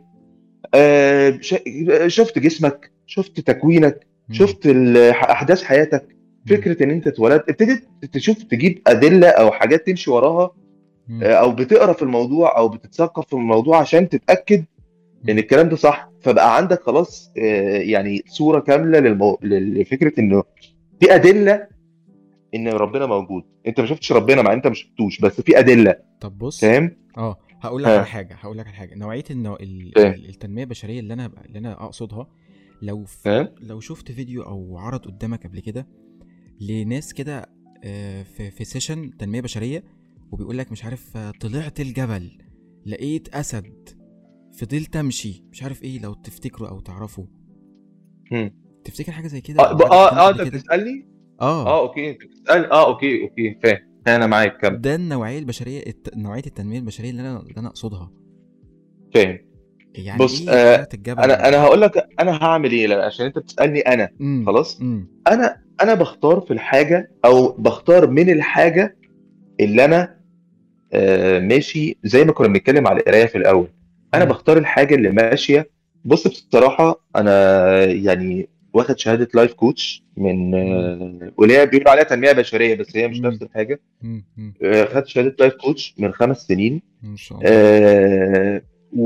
شفت جسمك، شفت تكوينك، امم. شفت احداث حياتك. امم. فكرة ان انت اتولدت ابتديت تشوف تجيب ادلة او حاجات تمشي وراها. او بتقرا في الموضوع او بتتثقف في الموضوع عشان تتأكد ان الكلام ده صح. فبقى عندك خلاص يعني صورة كاملة لفكرة انه في ادله ان ربنا موجود. انت ما شفتش ربنا مع انت ما شفتوش، بس في ادله. طب بص، فاهم. ها. هقول لك على حاجه، نوعيه فاهم. التنميه البشريه اللي انا اقصدها. ها. لو شفت فيديو او عرض قدامك قبل كده لناس كده، في سيشن تنميه بشريه، وبيقول لك مش عارف، طلعت الجبل لقيت اسد، فضلت امشي مش عارف ايه، لو تفتكروا او تعرفوا. مم. تفتكر حاجه زي كده او عرضت قدامك قبل انت كده؟ بتسالني. اه. اوكي انت بتسال، اوكي فاهم، انا معاك كمل. ده النوعيه البشريه، نوعيه التنميه البشريه اللي انا اقصدها. فاهم. يعني بص ايه حياه الجبل انا هقول لك انا هعمل ايه، عشان انت بتسالني انا. امم. خلاص. امم. انا بختار في الحاجه، او بختار من الحاجه اللي انا ماشي، زي ما كنا بنتكلم على القرايه في الاول. انا امم. بختار الحاجه اللي ماشيه. بص بصراحه انا يعني واخد شهاده لايف كوتش من واللي هي بيقولوا عليها تنميه بشريه، بس هي مش امم. نفس الحاجه. امم. خدت شهاده لايف كوتش من 5 سنين. ان شاء الله. آه،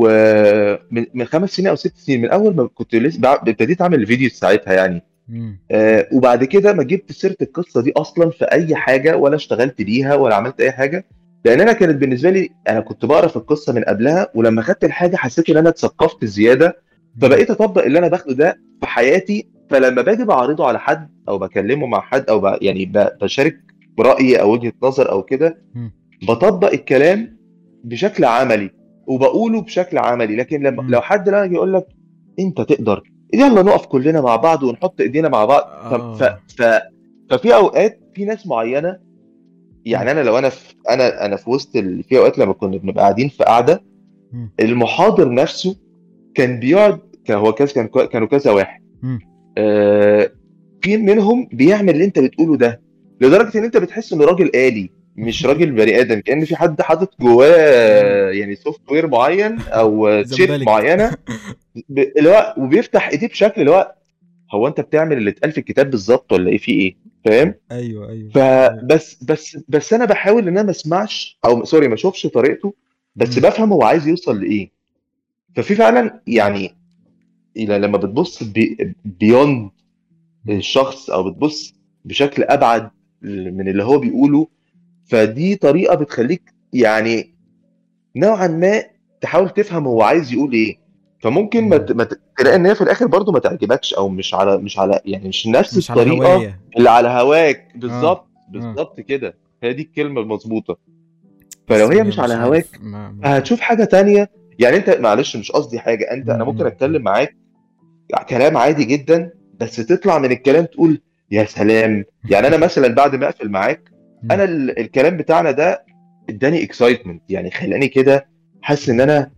ومن 5 سنين او 6 سنين، من اول ما كنت لسه ابتديت اعمل الفيديو ساعتها يعني. امم. وبعد كده ما جبت سيره القصه دي اصلا في اي حاجه، ولا اشتغلت بيها ولا عملت اي حاجه. لان انا كانت بالنسبه لي، انا كنت بقرا في القصه من قبلها، ولما خدت الحاجه حسيت ان انا اتثقفت زياده. امم. فبقيت اطبق اللي انا باخده ده في حياتي. فلما باجي بعرضه على حد او بكلمه مع حد، او يعني بشارك برايي او وجهه نظر او كده، امم. بطبق الكلام بشكل عملي، وبقوله بشكل عملي. لكن لما امم. لو حد لا يجي يقول لك انت تقدر، يلا نقف كلنا مع بعض ونحط ايدينا مع بعض. اه. ففي اوقات في ناس معينه. امم. يعني انا لو انا في وسط في اوقات لما كنا بنبقى قاعدين في قعده، امم. المحاضر نفسه كان بيقعد، هو كانوا كذا واحد. امم. آه، في منهم بيعمل اللي انت بتقوله ده، لدرجه ان انت بتحس انه راجل آلي مش راجل بني ادم، كأن في حد حاطط جواه يعني سوفت وير معين او تشيب زمبلك. معينه. اللي هو وبيفتح ايديه بشكل اللي هو انت بتعمل اللي اتقال في الكتاب بالظبط ولا ايه، في ايه؟ فاهم. ايوه ايوه ايوه. فبس انا بحاول ان انا ما اسمعش، او سوري ما اشوفش طريقته، بس امم. بفهم هو عايز يوصل لايه. ففي فعلا يعني لما بتبص بيوند امم. الشخص، او بتبص بشكل ابعد من اللي هو بيقوله، فدي طريقه بتخليك يعني نوعا ما تحاول تفهم هو عايز يقول ايه. فممكن امم. تلاقي ان هي في الاخر برضو ما تعجبكش، او مش على يعني مش نفس مش على الطريقه هوايه. اللي على هواك اه. بالظبط. اه. بالظبط كده، هي دي الكلمه المظبوطه. فلو بس هي مش على مش عارف هواك ما. هتشوف حاجه تانية. يعني انت معلش مش قصدي حاجه، انا ممكن اتكلم معاك كلام عادي جدا، بس تطلع من الكلام تقول يا سلام. يعني انا مثلا بعد ما اقفل معاك، مم. انا الكلام بتاعنا ده اداني اكسايتمنت، يعني خلاني كده حاسس ان انا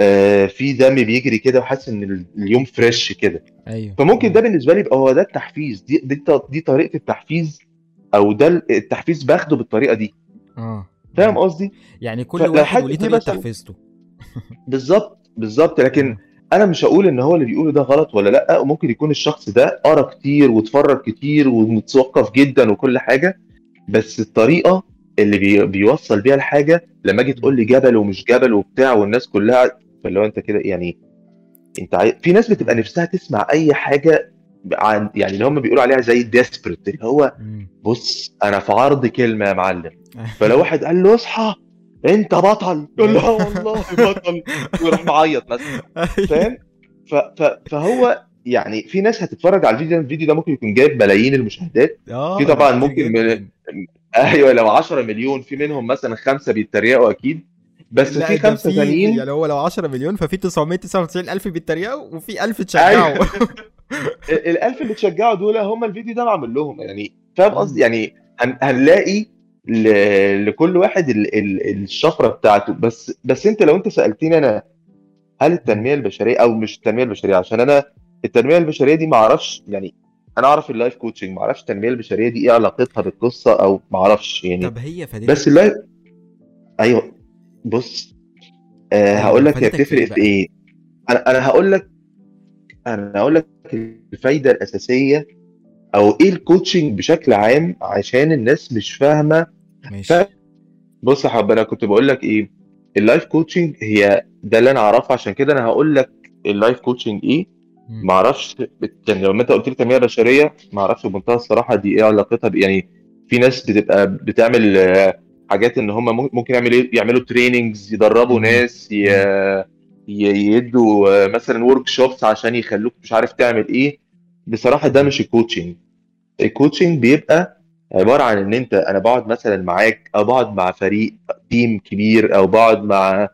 في دم بيجري كده، وحاسس ان اليوم فريش كده. ايوه فممكن ايوه. ده بالنسبه لي يبقى هو ده التحفيز، دي طريقه التحفيز، او ده التحفيز باخده بالطريقه دي. اه. فاهم اه. قصدي. يعني كل فلو واحد حاجه وليه دي طريقه مثلا، تحفيزته. بالظبط لكن اه. انا مش هقول ان هو اللي بيقوله ده غلط ولا لا. وممكن يكون الشخص ده قرا كتير واتفرج كتير ومتثقف جدا وكل حاجه، بس الطريقه اللي بيوصل بيها الحاجه، لما اجي مم. تقول لي جبل ومش جبل وبتاع والناس كلها، فاللي هو انت كده يعني، في ناس بتبقى اه. نفسها تسمع اي حاجه عن، يعني اللي هم بيقولوا عليها زي ديسبرت، اللي هو مم. بص انا في عرض كلمه يا معلم. فلو واحد قال له اصحى انت بطل، يقول له والله بطل، ويروح معيط مثلا. ايوه. فاهم. فهو يعني في ناس هتتفرج على الفيديو ده ممكن يكون جايب ملايين المشاهدات. في اه ده طبعا كتير ممكن جدا. ايوه لو 10 مليون، في منهم مثلا 5 بيتريقوا اكيد، بس لا في ده 5 في تانيين. يعني هو لو 10 مليون ففي 999 الف بيتريقوا وفي 1000 ايوه تشجعوا. الالف اللي اتشجعوا دول هم الفيديو ده معمول لهم يعني. فاهم قصدي مم. يعني. هنلاقي لكل واحد الشفره بتاعته. بس انت لو انت سالتني انا، هل مم. التنميه البشريه او مش التنميه البشريه، عشان انا التنميه البشريه دي ما اعرفش يعني. انا اعرف اللايف كوتشنج، ما اعرفش التنميه البشريه دي ايه علاقتها بالقصه، او ما اعرفش يعني. طب هي فادتك؟ بس اللايف، ايوه بص، هقول ايوه لك هي فادتك في بتفرق ايه في بقى؟ ايه. انا هقول لك الفايده الاساسيه، او ايه الكوتشنج بشكل عام، عشان الناس مش فاهمه. ماشي. بص يا حب، انا كنت بقول لك ايه. اللايف كوتشنج هي ده اللي انا اعرفه، عشان كده انا هقول لك اللايف كوتشنج ايه. مم. ما اعرفش يعني لما انت قلت لي تنميه بشريه، ما اعرفش بمنتهى الصراحه دي ايه علاقتها يعني في ناس بتبقى بتعمل حاجات ان هم ممكن يعملوا تريننجز، يدربوا مم. ناس مم. يدوا مثلا ورك شوبس عشان يخلوك مش عارف تعمل ايه. بصراحه ده مم. مش الكوتشنج. الكوتشنج بيبقى عباره عن ان انا بقعد مثلا معاك، او بقعد مع فريق تيم كبير، او بقعد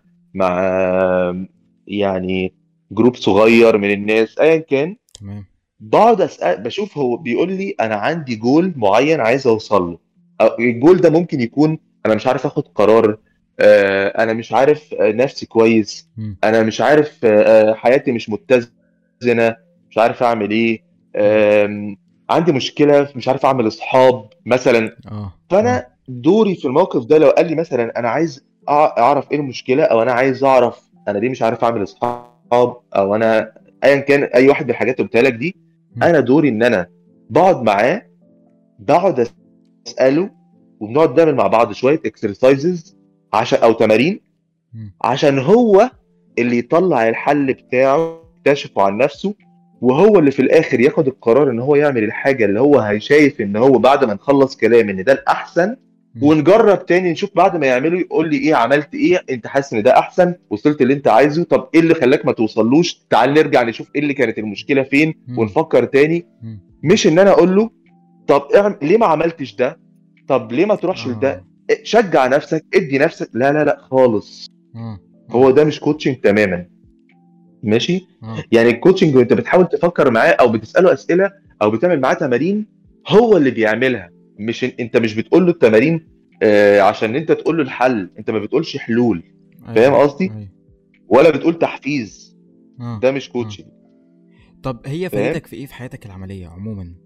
مع يعني جروب صغير من الناس ايا كان. تمام. بقعد اسال بشوف هو بيقول لي انا عندي جول معين عايز اوصل له، أو الجول ده ممكن يكون انا مش عارف اخد قرار، انا مش عارف نفسي كويس، مم. انا مش عارف حياتي مش متزنه، مش عارف اعمل ايه، مم. عندي مشكله مش عارف اعمل اصحاب مثلا. اه. اه. فانا دوري في الموقف ده لو قال لي مثلا انا عايز اعرف ايه المشكله، او انا عايز اعرف انا ليه مش عارف اعمل اصحاب، او انا ايا كان اي واحد من الحاجات اللي قلتها لك دي، مم. انا دوري ان انا بقعد معاه، بقعد اساله، وبنقعد نعمل مع بعض شويه اكسرسايزز عشان او تمارين، مم. عشان هو اللي يطلع الحل بتاعه يكتشفه عن نفسه، وهو اللي في الاخر ياخد القرار ان هو يعمل الحاجه اللي هو هيشايف ان هو بعد ما نخلص كلام ان ده الاحسن. مم. ونجرب تاني نشوف بعد ما يعمله يقول لي ايه عملت ايه، انت حاسس ان ده احسن، وصلت اللي انت عايزه، طب ايه اللي خلاك ما توصلوش، تعال نرجع نشوف ايه اللي كانت المشكله فين مم. ونفكر تاني. مم. مم. مش ان انا اقول له طب ليه ما عملتش ده، طب ليه ما تروحش اه. لده، شجع نفسك ادي نفسك، لا لا لا خالص. اه. اه. هو ده مش كوتشنج تماما. ماشي. اه. يعني الكوتشنج وانت بتحاول تفكر معاه او بتساله اسئله او بتعمل معاه تمارين، هو اللي بيعملها، مش انت مش بتقول له التمارين عشان انت تقول له الحل، انت ما بتقولش حلول. فاهم ايوه. قصدي؟ ايوه. ولا بتقول تحفيز. اه. ده مش اه. كوتشنج. طب هي فاهم. فادتك في ايه في حياتك العمليه عموما؟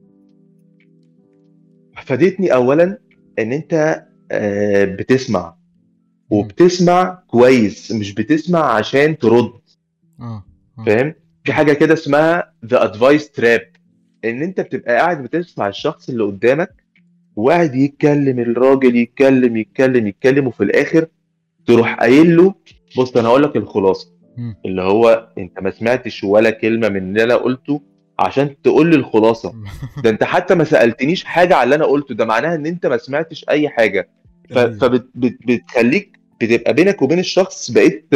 فادتني اولا ان انت بتسمع، مم. وبتسمع كويس، مش بتسمع عشان ترد. اه. اه. فاهم. في اه. حاجه كده اسمها ذا ادفايس تراب، ان انت بتبقى قاعد بتسمع الشخص اللي قدامك، وقاعد يتكلم الراجل يتكلم يتكلم يتكلم، وفي الاخر تروح قايل له بص انا هقول لك الخلاصه، مم. اللي هو انت ما سمعتش ولا كلمه من اللي انا قلته عشان تقول لي الخلاصه. ده انت حتى ما سالتنيش حاجه على اللي انا قلته، ده معناها ان انت ما سمعتش اي حاجه. ايوه. فبتخليك بتبقى بينك وبين الشخص بقيت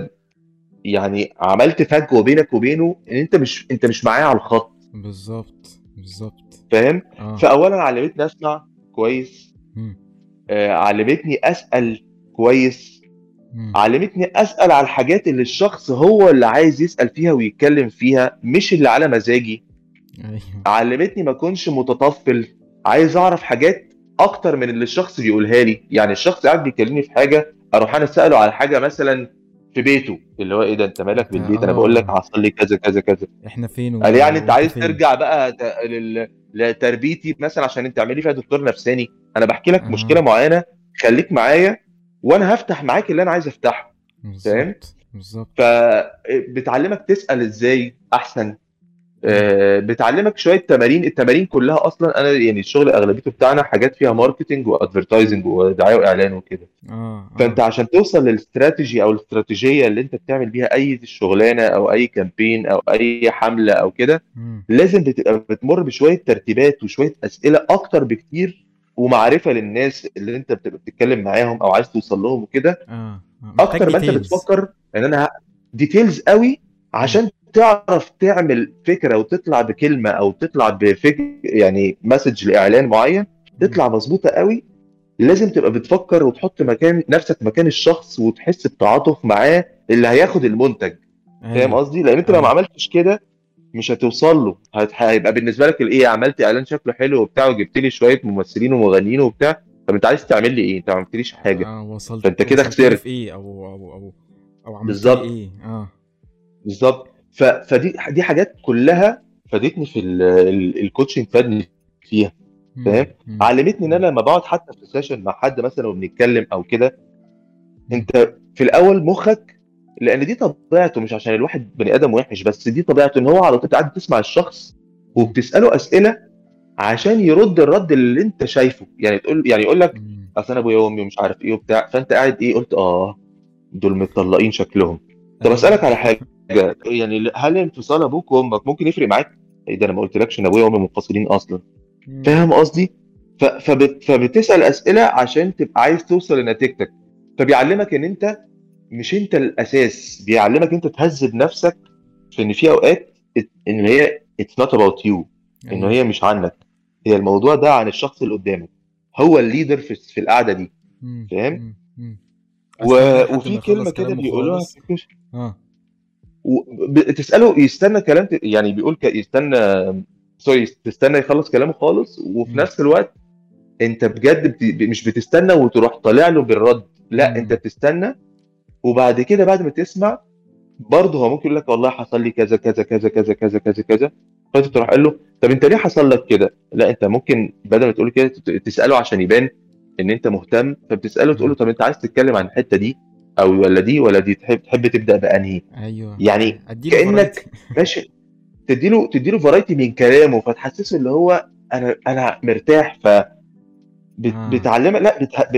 يعني عملت فجوه بينك وبينه، ان انت مش معايا على الخط. بالظبط بالظبط. فاهم. اه. فاولا علمتني اسمع كويس، مم. علمتني اسال كويس، مم. علمتني اسال على الحاجات اللي الشخص هو اللي عايز يسال فيها ويتكلم فيها، مش اللي على مزاجي. ايوه. علمتني ما اكونش متطفل، عايز اعرف حاجات اكتر من اللي الشخص بيقولها لي. يعني الشخص قاعد بيكلمني في حاجه، اروح انا اساله على حاجه مثلا في بيته، اللي هو ايه ده انت مالك انت بالبيت، انا بقول لك اه حصل لي كذا كذا كذا. احنا فين قال يعني انت وانت عايز فين؟ ترجع بقى لتربيتي مثلا عشان انت تعملي فيها دكتور نفساني. انا بحكي لك مشكله اه. معينه، خليك معايا وانا هفتح معاك اللي انا عايز افتحه. فاهم. بالظبط بالظبط. فبتعلمك تسال ازاي احسن، مم. بتعلمك شويه تمارين. التمارين كلها اصلا انا يعني الشغل اغلبيته بتاعنا حاجات فيها ماركتنج وادفرتايزنج ودعايه واعلان وكده. اه. اه. فانت عشان توصل للاستراتيجي او الاستراتيجيه اللي انت بتعمل بيها اي شغلانه او اي كامبين او اي حمله او كده، مم. لازم بتبقى بتمر بشويه ترتيبات وشويه اسئله اكتر بكتير، ومعرفه للناس اللي انت بتبقى بتتكلم معاهم او عايز توصل لهم وكده، اه. محتاج اكتر ما انت ديتيلز. بتفكر ان انا ديتيلز قوي. مم. عشان تعرف تعمل فكره وتطلع بكلمه او تطلع بفكر يعني مسج لاعلان معين مم. تطلع مظبوطه قوي، لازم تبقى بتفكر وتحط مكان نفسك مكان الشخص وتحس بتعاطف معاه اللي هياخد المنتج. فاهم ايوه. قصدي؟ لان انت لو ما ايوه. عملتش كده مش هتوصل له. هيبقى بالنسبه لك الايه، عملت اعلان شكله حلو وبتاع وجبت لي شويه ممثلين ومغنيين وبتاع، طب انت عايز تعمل لي ايه؟ انت ما عملتليش حاجه. فانت كده وصلت لي في خسرت. ايه او عملت لي بالظبط. ايه؟ اه. بالظبط. فدي حاجات كلها فادتني في الكوتشنج، فادني فيها. مم. فاهم. مم. علمتني ان مم. انا لما بقعد حتى في سيشن مع حد مثلا وبنتكلم او كده، مم. انت في الاول مخك، لان دي طبيعته، مش عشان الواحد بني ادم وحش، بس دي طبيعته ان هو على طول قاعد تسمع الشخص مم. وبتساله اسئله عشان يرد الرد اللي انت شايفه. يعني تقول يعني يقول لك مم. اصل انا ابويا وامي ومش عارف ايه وبتاع، فانت قاعد ايه قلت دول متطلقين شكلهم. طب ايوه. اسالك على حاجه، يعني هل انفصال ابوك وامك ممكن يفرق معاك؟ ايه ده انا ما قلتلكش ان ابويا وامي منفصلين اصلا. مم. فاهم قصدي. فبتسال اسئله عشان تبقى عايز توصل لنتيجتك. فبيعلمك ان انت مش انت الاساس، بيعلمك انت تهذب نفسك في ان في اوقات ان هي اتس نوت اباوت يو، ان ايوه. هي مش عنك، هي الموضوع ده عن الشخص اللي قدامك، هو الليدر في القعده دي. مم. فاهم. مم. مم. استنى لحد وفي ما كلمه يخلص كده كلامه بيقولوها خالص. في الكوش. اه. وتساله يستنى كلام يعني بيقول يستنى، سوري، تستنى يخلص كلامه خالص، وفي مم. نفس الوقت انت بجد مش بتستنى وتروح طالع له بالرد، لا انت مم. بتستنى. وبعد كده بعد ما تسمع برضه هو ممكن يقول لك والله حصل لي كذا كذا كذا كذا كذا كذا كذا. فانت تروح قال له طب انت ليه حصل لك كده؟ لا انت ممكن بدل ما تقول كده تساله عشان يبان ان انت مهتم، فبتساله تقول له مم. طب انت عايز تتكلم عن الحته دي او ولا دي ولا دي، تحب تبدا بانهي؟ ايوه يعني اديله فرايتي. كانك ماشي، تديله فرايتي من كلامه، فتحسسه اللي هو انا مرتاح. اه. بتعلمك، لا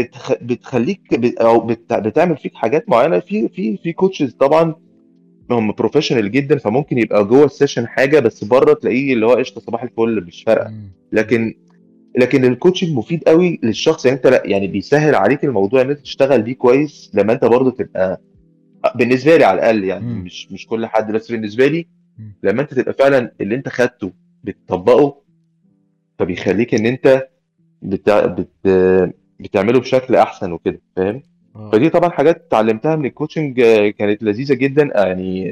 بتخليك او بتعمل فيك حاجات معينه. في كوتشز طبعا هم بروفيشنال جدا، فممكن يبقى جوه السيشن حاجه بس بره تلاقيه اللي هو قشطه صباح الفل مش فارقه. مم. لكن الكوتشنج مفيد قوي للشخص، يعني انت لا يعني بيسهل عليك الموضوع ان انت تشتغل بيه كويس لما انت برضه تبقى، بالنسبه لي على الاقل يعني، مم. مش كل حد بس بالنسبه لي، مم. لما انت تبقى فعلا اللي انت خدته بتطبقه، فبيخليك ان انت بتع... بت... بتعمله بشكل احسن وكده، فاهم؟ اه. فدي طبعا حاجات اتعلمتها من الكوتشنج، كانت لذيذه جدا يعني.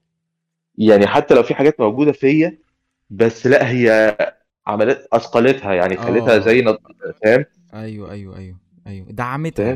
يعني حتى لو في حاجات موجوده فيا، بس لا هي عملت اثقلتها يعني، خلتها اه. زي فاهم؟ ايوه ايوه ايوه. ايوه دعمتها. فاهم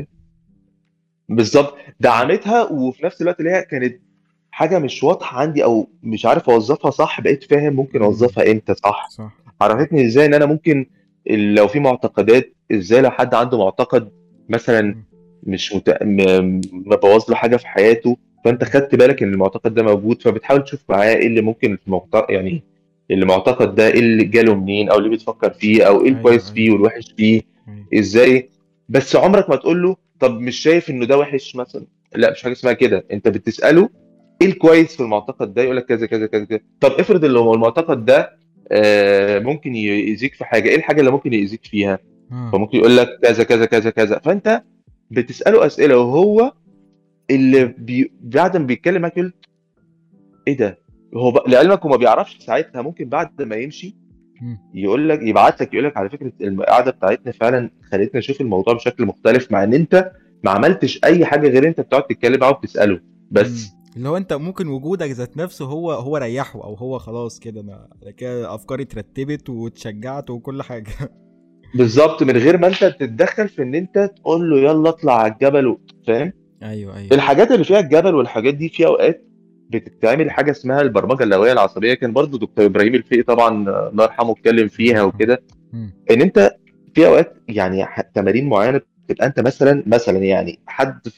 بالظبط، مم. دعمتها. وفي نفس الوقت اللي هي كانت حاجه مش واضحه عندي او مش عارف اوظفها صح، بقيت فاهم ممكن مم. اوظفها امتى صح. صح. عرفتني ازاي ان انا ممكن لو في معتقدات، ازاي لو حد عنده معتقد مثلا مم. مش مبوظ له حاجه في حياته، فانت مم. خدت بالك ان المعتقد ده موجود، فبتحاول تشوف معاه ايه اللي ممكن في يعني المعتقد ده ايه اللي جاله منين، او اللي بتفكر فيه، او ايه ايوه الكويس ايوه فيه والوحش فيه ايوه. ازاي. بس عمرك ما تقول له طب مش شايف انه ده وحش مثلا، لا مش حاجه اسمها كده. انت بتساله ايه الكويس في المعتقد ده، يقول لك كذا كذا كذا كذا. طب افرض اللي هو المعتقد ده ممكن يأذيك في حاجه، ايه الحاجه اللي ممكن يأذيك فيها؟ اه. فممكن يقول لك كذا كذا كذا كذا. فانت بتساله اسئله، وهو اللي مم. بعد ما بيتكلم معاك يقول ايه ده. هو لعلمك هو ما بيعرفش ساعتها، ممكن بعد ما يمشي مم. يقول لك، يبعت لك يقول لك على فكره القعده بتاعتنا فعلا خلتنا نشوف الموضوع بشكل مختلف، مع ان انت ما عملتش اي حاجه غير انت بتقعد تتكلم معاه وبتساله مم. بس. اللي هو انت ممكن وجودك ذات نفسه هو ريحه، او هو خلاص كده انا كده افكاري اترتبت واتشجعت وكل حاجه. بالظبط، من غير ما انت تتدخل في ان انت تقول له يلا اطلع على الجبل فاهم؟ ايوه ايوه. الحاجات اللي فيها الجبل والحاجات دي في اوقات بتتعمل حاجه اسمها البرمجه اللاواعيه العصبيه، كان برضو دكتور ابراهيم الفقي طبعا الله يرحمه اتكلم الله فيها يرحمه. وكده. مم. ان انت في اوقات يعني تمارين معينه بتبقى انت مثلا يعني حد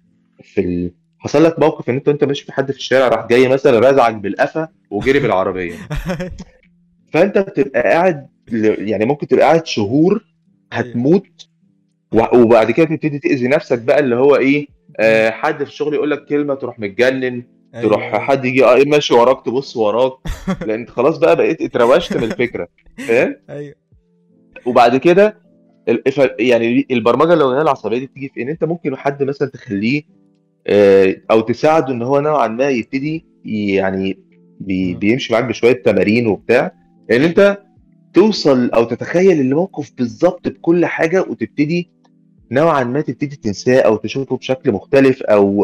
حصل لك موقف ان انت ماشي في حد في الشارع راح جاي مثلا رزعك بالقفا وجري بالعربيه، فانت بتبقى قاعد يعني ممكن تبقى قاعد شهور ايوه هتموت. وبعد كده تبتدي تأذي نفسك بقى اللي هو ايه، مم. حد في الشغل يقول لك كلمه تروح متجنن، ايوه تروح ايوه. حد يجي ماشي وراك تبص وراك، لان انت خلاص بقى بقيت اتروشت من الفكره، فاهم؟ ايوه. وبعد كده يعني البرمجه اللغويه العصبيه دي بتيجي في ان انت ممكن حد مثلا تخليه او تساعده ان هو نوعا ما يبتدي يعني اه. بيمشي معاك بشويه تمارين وبتاع، ان انت توصل او تتخيل الموقف بالظبط بكل حاجه، وتبتدي نوعا ما تبتدي تنساه او تشوفه بشكل مختلف، او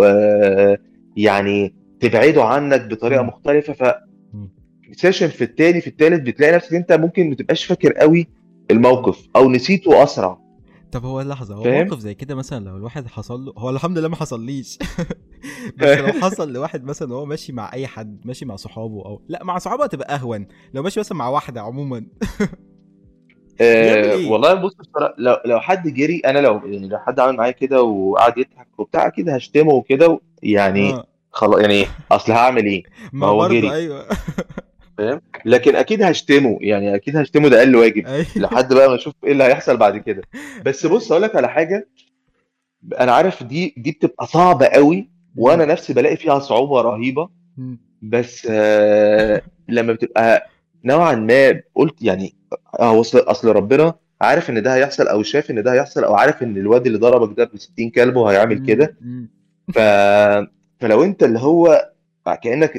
يعني تبعده عنك بطريقه مم. مختلفه. مم. فسيشن في التاني في التالت بتلاقي نفسك انت ممكن ما تبقاش فاكر قوي مم. الموقف او نسيته اسرع، طب هو لحظة، هو فاهم؟ موقف زي كده مثلا لو الواحد حصل له، هو الحمد لله ما حصليش. بس لو حصل لواحد مثلا وهو ماشي مع اي حد، ماشي مع صحابه او لا مع صحابه هتبقى اهون، لو ماشي مثلا مع واحده عموما. يعمل ايه؟ والله بص بصراحة، لو حد جري، انا لو يعني لو حد عمل معايا كده وقعد يضحك وبتاع اكيد هشتمه وكده يعني اه. خلاص يعني، اصل هعمل ايه؟ ما ما هو برضه جري، ايوه. فاهم؟ لكن اكيد هشتمه، يعني اكيد هشتمه، ده اقل واجب ايوه. لحد بقى ما اشوف ايه اللي هيحصل بعد كده. بس بص اقول لك على حاجه، انا عارف دي بتبقى صعبه قوي، وانا مم. نفسي بلاقي فيها صعوبه رهيبه. مم. بس لما بتبقى نوعا ما قلت يعني هو اصل ربنا عارف ان ده هيحصل، او شايف ان ده هيحصل، او عارف ان الواد اللي ضربك ده ب 60 كلب وهيعمل مم. كده. مم. ف... فلو انت اللي هو كانك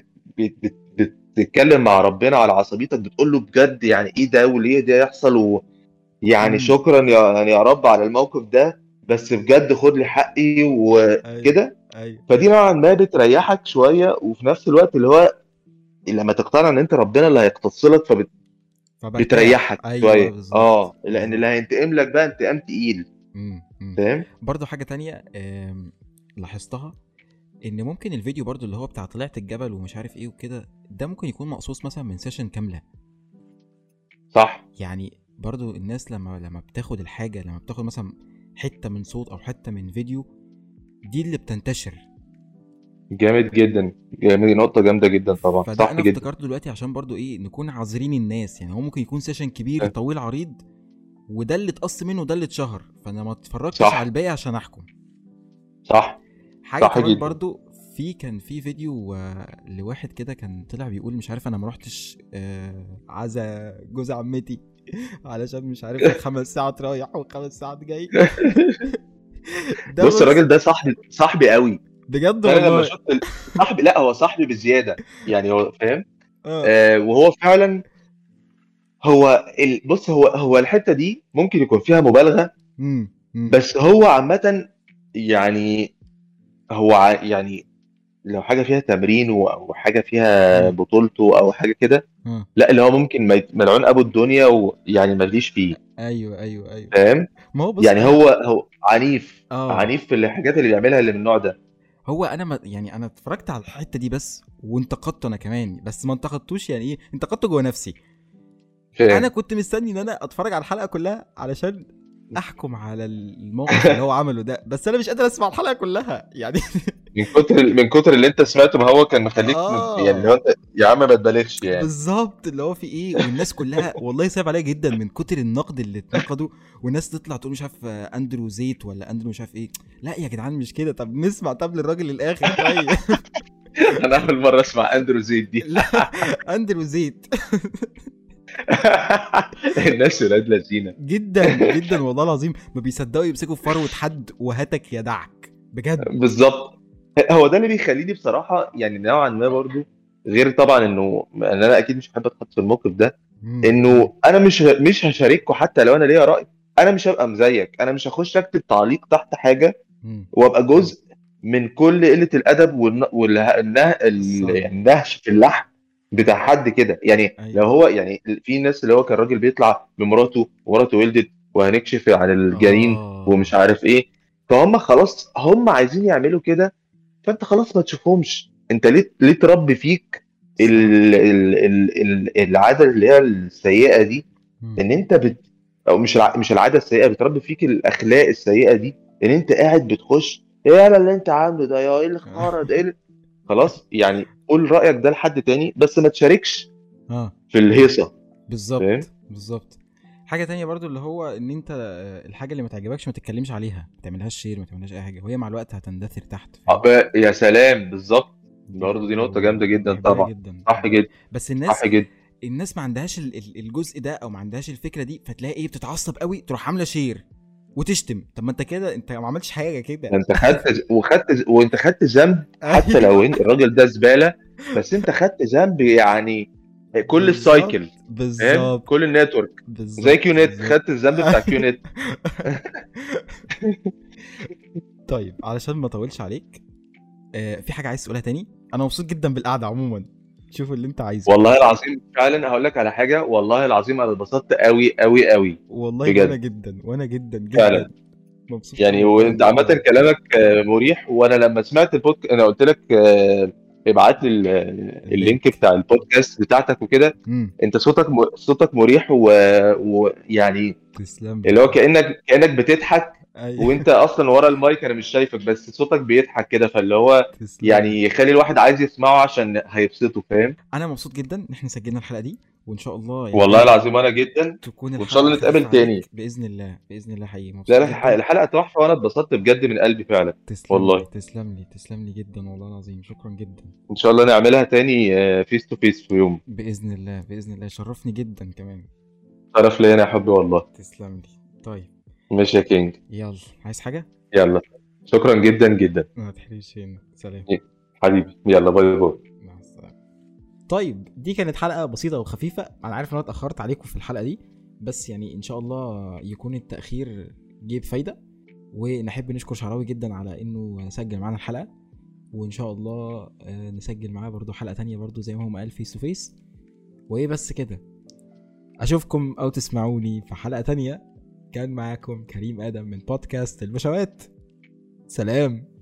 بتتكلم مع ربنا على عصبيتك، بتقول له بجد يعني ايه ده وليه ده يحصل، ويعني مم. شكرا يعني يا رب على الموقف ده، بس بجد خد لي حقي ايوه وكده. ايوه فدي نوعا ما بتريحك شويه، وفي نفس الوقت اللي هو لما تقتنع ان انت ربنا اللي هيقتص لك فبرتاح، فبتريحك ايوه شويه، بالظبط لان اللي بالظبط. هينتقم لك بقى انتقام تقيل. امم. فاهم؟ برضو حاجه تانية لاحظتها، ان ممكن الفيديو برضو اللي هو بتاع طلعت الجبل ومش عارف ايه وكده، ده ممكن يكون مقصوص مثلا من سيشن كامله. صح. يعني برضو الناس لما بتاخد الحاجه، لما بتاخد مثلا حته من صوت او حته من فيديو، دي اللي بتنتشر. جامد جدا، جامد، نقطه جامده جدا طبعا، فده صح انا جدا. افتكرته دلوقتي عشان برضو ايه نكون عذرين الناس. يعني هو ممكن يكون سيشن كبير طويل عريض، وده اللي اتقص منه وده اللي اتشهر، فانا ما اتفرجتش على صح الباقي عشان احكم. صح حاجه صح كمان جدا. برضو، كان في فيديو لواحد كده كان طلع بيقول مش عارف انا ما رحتش عزا جوز عمتي علشان مش عارف 5 ساعات رايح و5 ساعات جاي. ده بص بص، الراجل ده صاحبي قوي. بجد فانا لما والله. شفت صاحبي، لا هو صاحبي بزياده، يعني هو فاهم. اه. وهو فعلا، بص هو الحته دي ممكن يكون فيها مبالغه، امم. بس هو عامه يعني، يعني لو حاجه فيها تمرين او حاجه فيها اه. بطولته او حاجه كده، اه. لا اللي هو ممكن ملعون ابو الدنيا، ويعني ماليش فيه. ايوه ايوه ايوه. فاهم؟ ما هو بص يعني انا، هو عنيف اه، عنيف في الحاجات اللي بيعملها اللي من النوع ده. هو انا ما يعني انا اتفرجت على الحته دي بس وانتقدته انا كمان، بس ما انتقدتوش يعني ايه، انتقدته جوه نفسي. انا فاهم؟ كنت مستني ان انا اتفرج على الحلقه كلها علشان احكم على الموقف اللي هو عمله ده، بس انا مش قادر اسمع الحلقه كلها يعني. من كتر اللي انت سمعته، ما هو كان مخليك يعني لو اه انت يا عم ما تبالغش يعني. بالظبط، اللي هو في ايه، والناس كلها والله صعب عليا جدا من كتر النقد اللي اتنقدوا. والناس تطلع تقول مش عارف اندرو زيت ولا اندرو مش عارف ايه. لا يا جدعان مش كده، طب نسمع طب للراجل للاخر طيب. انا اول مره اسمع اندرو زيد دي. لا، اندرو زيت. الناس ولاد لذينه. جدا جدا والله العظيم، ما بيصدقوا يمسكوا في فروه حد وهتك يا دعك بجد. بالظبط. هو ده اللي بيخليني بصراحه يعني نوعا ما برضو، غير طبعا ان انا اكيد مش هحب اتحط في الموقف ده، مم. انه انا مش هشارككم حتى لو انا ليا راي. انا مش هبقى مزيك، انا مش هخش اكتب تعليق تحت حاجه مم. وابقى جزء من كل قله الادب بالظبط. يعني النهش في اللحن بتاع حد كده. يعني لو ايوه. هو يعني في ناس اللي هو كان راجل بيطلع بمراته ومراته ولدت وهنكشف عن الجنين ومش اه. عارف ايه، فهم خلاص هم عايزين يعملوا كده. فانت خلاص ما تشوفهمش، انت ليه تربي فيك صح. العاده اللي هي السيئه دي، مم. ان انت او مش العاده السيئه، بتربي فيك الاخلاق السيئه دي، ان انت قاعد بتخش ايه يالا اللي انت عامله ده، يا ايه الخرا ده، خلاص يعني قول رايك ده لحد تاني، بس ما تشاركش اه في الهيصه. فاهم؟ بالظبط بالظبط. حاجه تانية برضو اللي هو ان انت الحاجه اللي ما تعجبكش ما تتكلمش عليها، ما تعملهاش شير، ما تعملهاش اي حاجه، وهي مع الوقت هتندثر تحت، فاهم؟ يا سلام، بالظبط. دي برضه دي برضو نقطه جامده جدا بحبها طبعا. جدا صح جدا. بس صح الناس، جدا. ما عندهاش الجزء ده، او ما عندهاش الفكره دي، فتلاقي ايه بتتعصب قوي تروح عامله شير وتشتم. طب ما انت كده انت ما عملتش حاجه كده. انت وانت خدت ذنب، حتى لو ايوه إن الراجل ده زباله، بس انت خدت ذنب يعني كل بالظبط السايكل. فاهم؟ بالظبط كل النتورك. زي كيو بالظبط نت، بالظبط. خدت الذنب بتاع كيو نت. طيب علشان ما اطولش عليك، في حاجه عايز تقولها تاني؟ انا مبسوط جدا بالقعده عموما، شوف اللي انت عايزه. والله العظيم فعلا هقول لك على حاجه، والله العظيم انا اتبسطت قوي قوي قوي. والله وانا بجد. جدا وانا جدا جدا فعلا. مبسوط قوي يعني والله وانت عامه بجد. كلامك مريح، وانا لما سمعت انا قلت لك ابعت لي اللينك اللينك. بتاع البودكاست بتاعتك وكده. امم. انت صوتك مريح، ويعني تسلم اللي لي. هو كأنك بتضحك، ايوه. وانت اصلا ورا المايك انا مش شايفك، بس صوتك بيضحك كده، فاللي هو تسلم لي. يعني يخلي الواحد عايز يسمعه عشان هيبسطه. فاهم؟ انا مبسوط جدا ان احنا سجلنا الحلقه دي، وان شاء الله يعني والله ايه العظيم انا جدا. تكون وان شاء الحلقه الله خفيفه نتقابل تاني. عليك باذن الله، باذن الله، حقيقي لا مبسوط لا، جدا. الحلقه تحفه، وانا اتبسطت بجد من قلبي فعلا. تسلم لي والله. تسلم لي تسلم لي جدا والله العظيم، شكرا جدا. ان شاء الله نعملها تاني فيس تو فيس في يوم. باذن الله باذن الله، شرفني جدا كمان. شرف ليا انا يا حبي والله. تسلم لي. طيب ماشي يا كينج. يلا، عايز حاجه؟ يلا. شكرا جدا جدا. ما تحريش هنا، سلام. حبيبي يلا، باي باي. مع السلامه. طيب دي كانت حلقه بسيطه وخفيفه، انا عارف ان انا اتاخرت عليكم في الحلقه دي، بس يعني ان شاء الله يكون التاخير جيب فايده. ونحب نشكر شعراوي جدا على انه سجل معانا الحلقه، وان شاء الله نسجل معاه برضو حلقة تانية برضو زي ما هو قال فيس تو فيس. وايه بس كده، اشوفكم او تسمعوني في حلقة تانية. كان معاكم كريم آدم من بودكاست البشوات. سلام.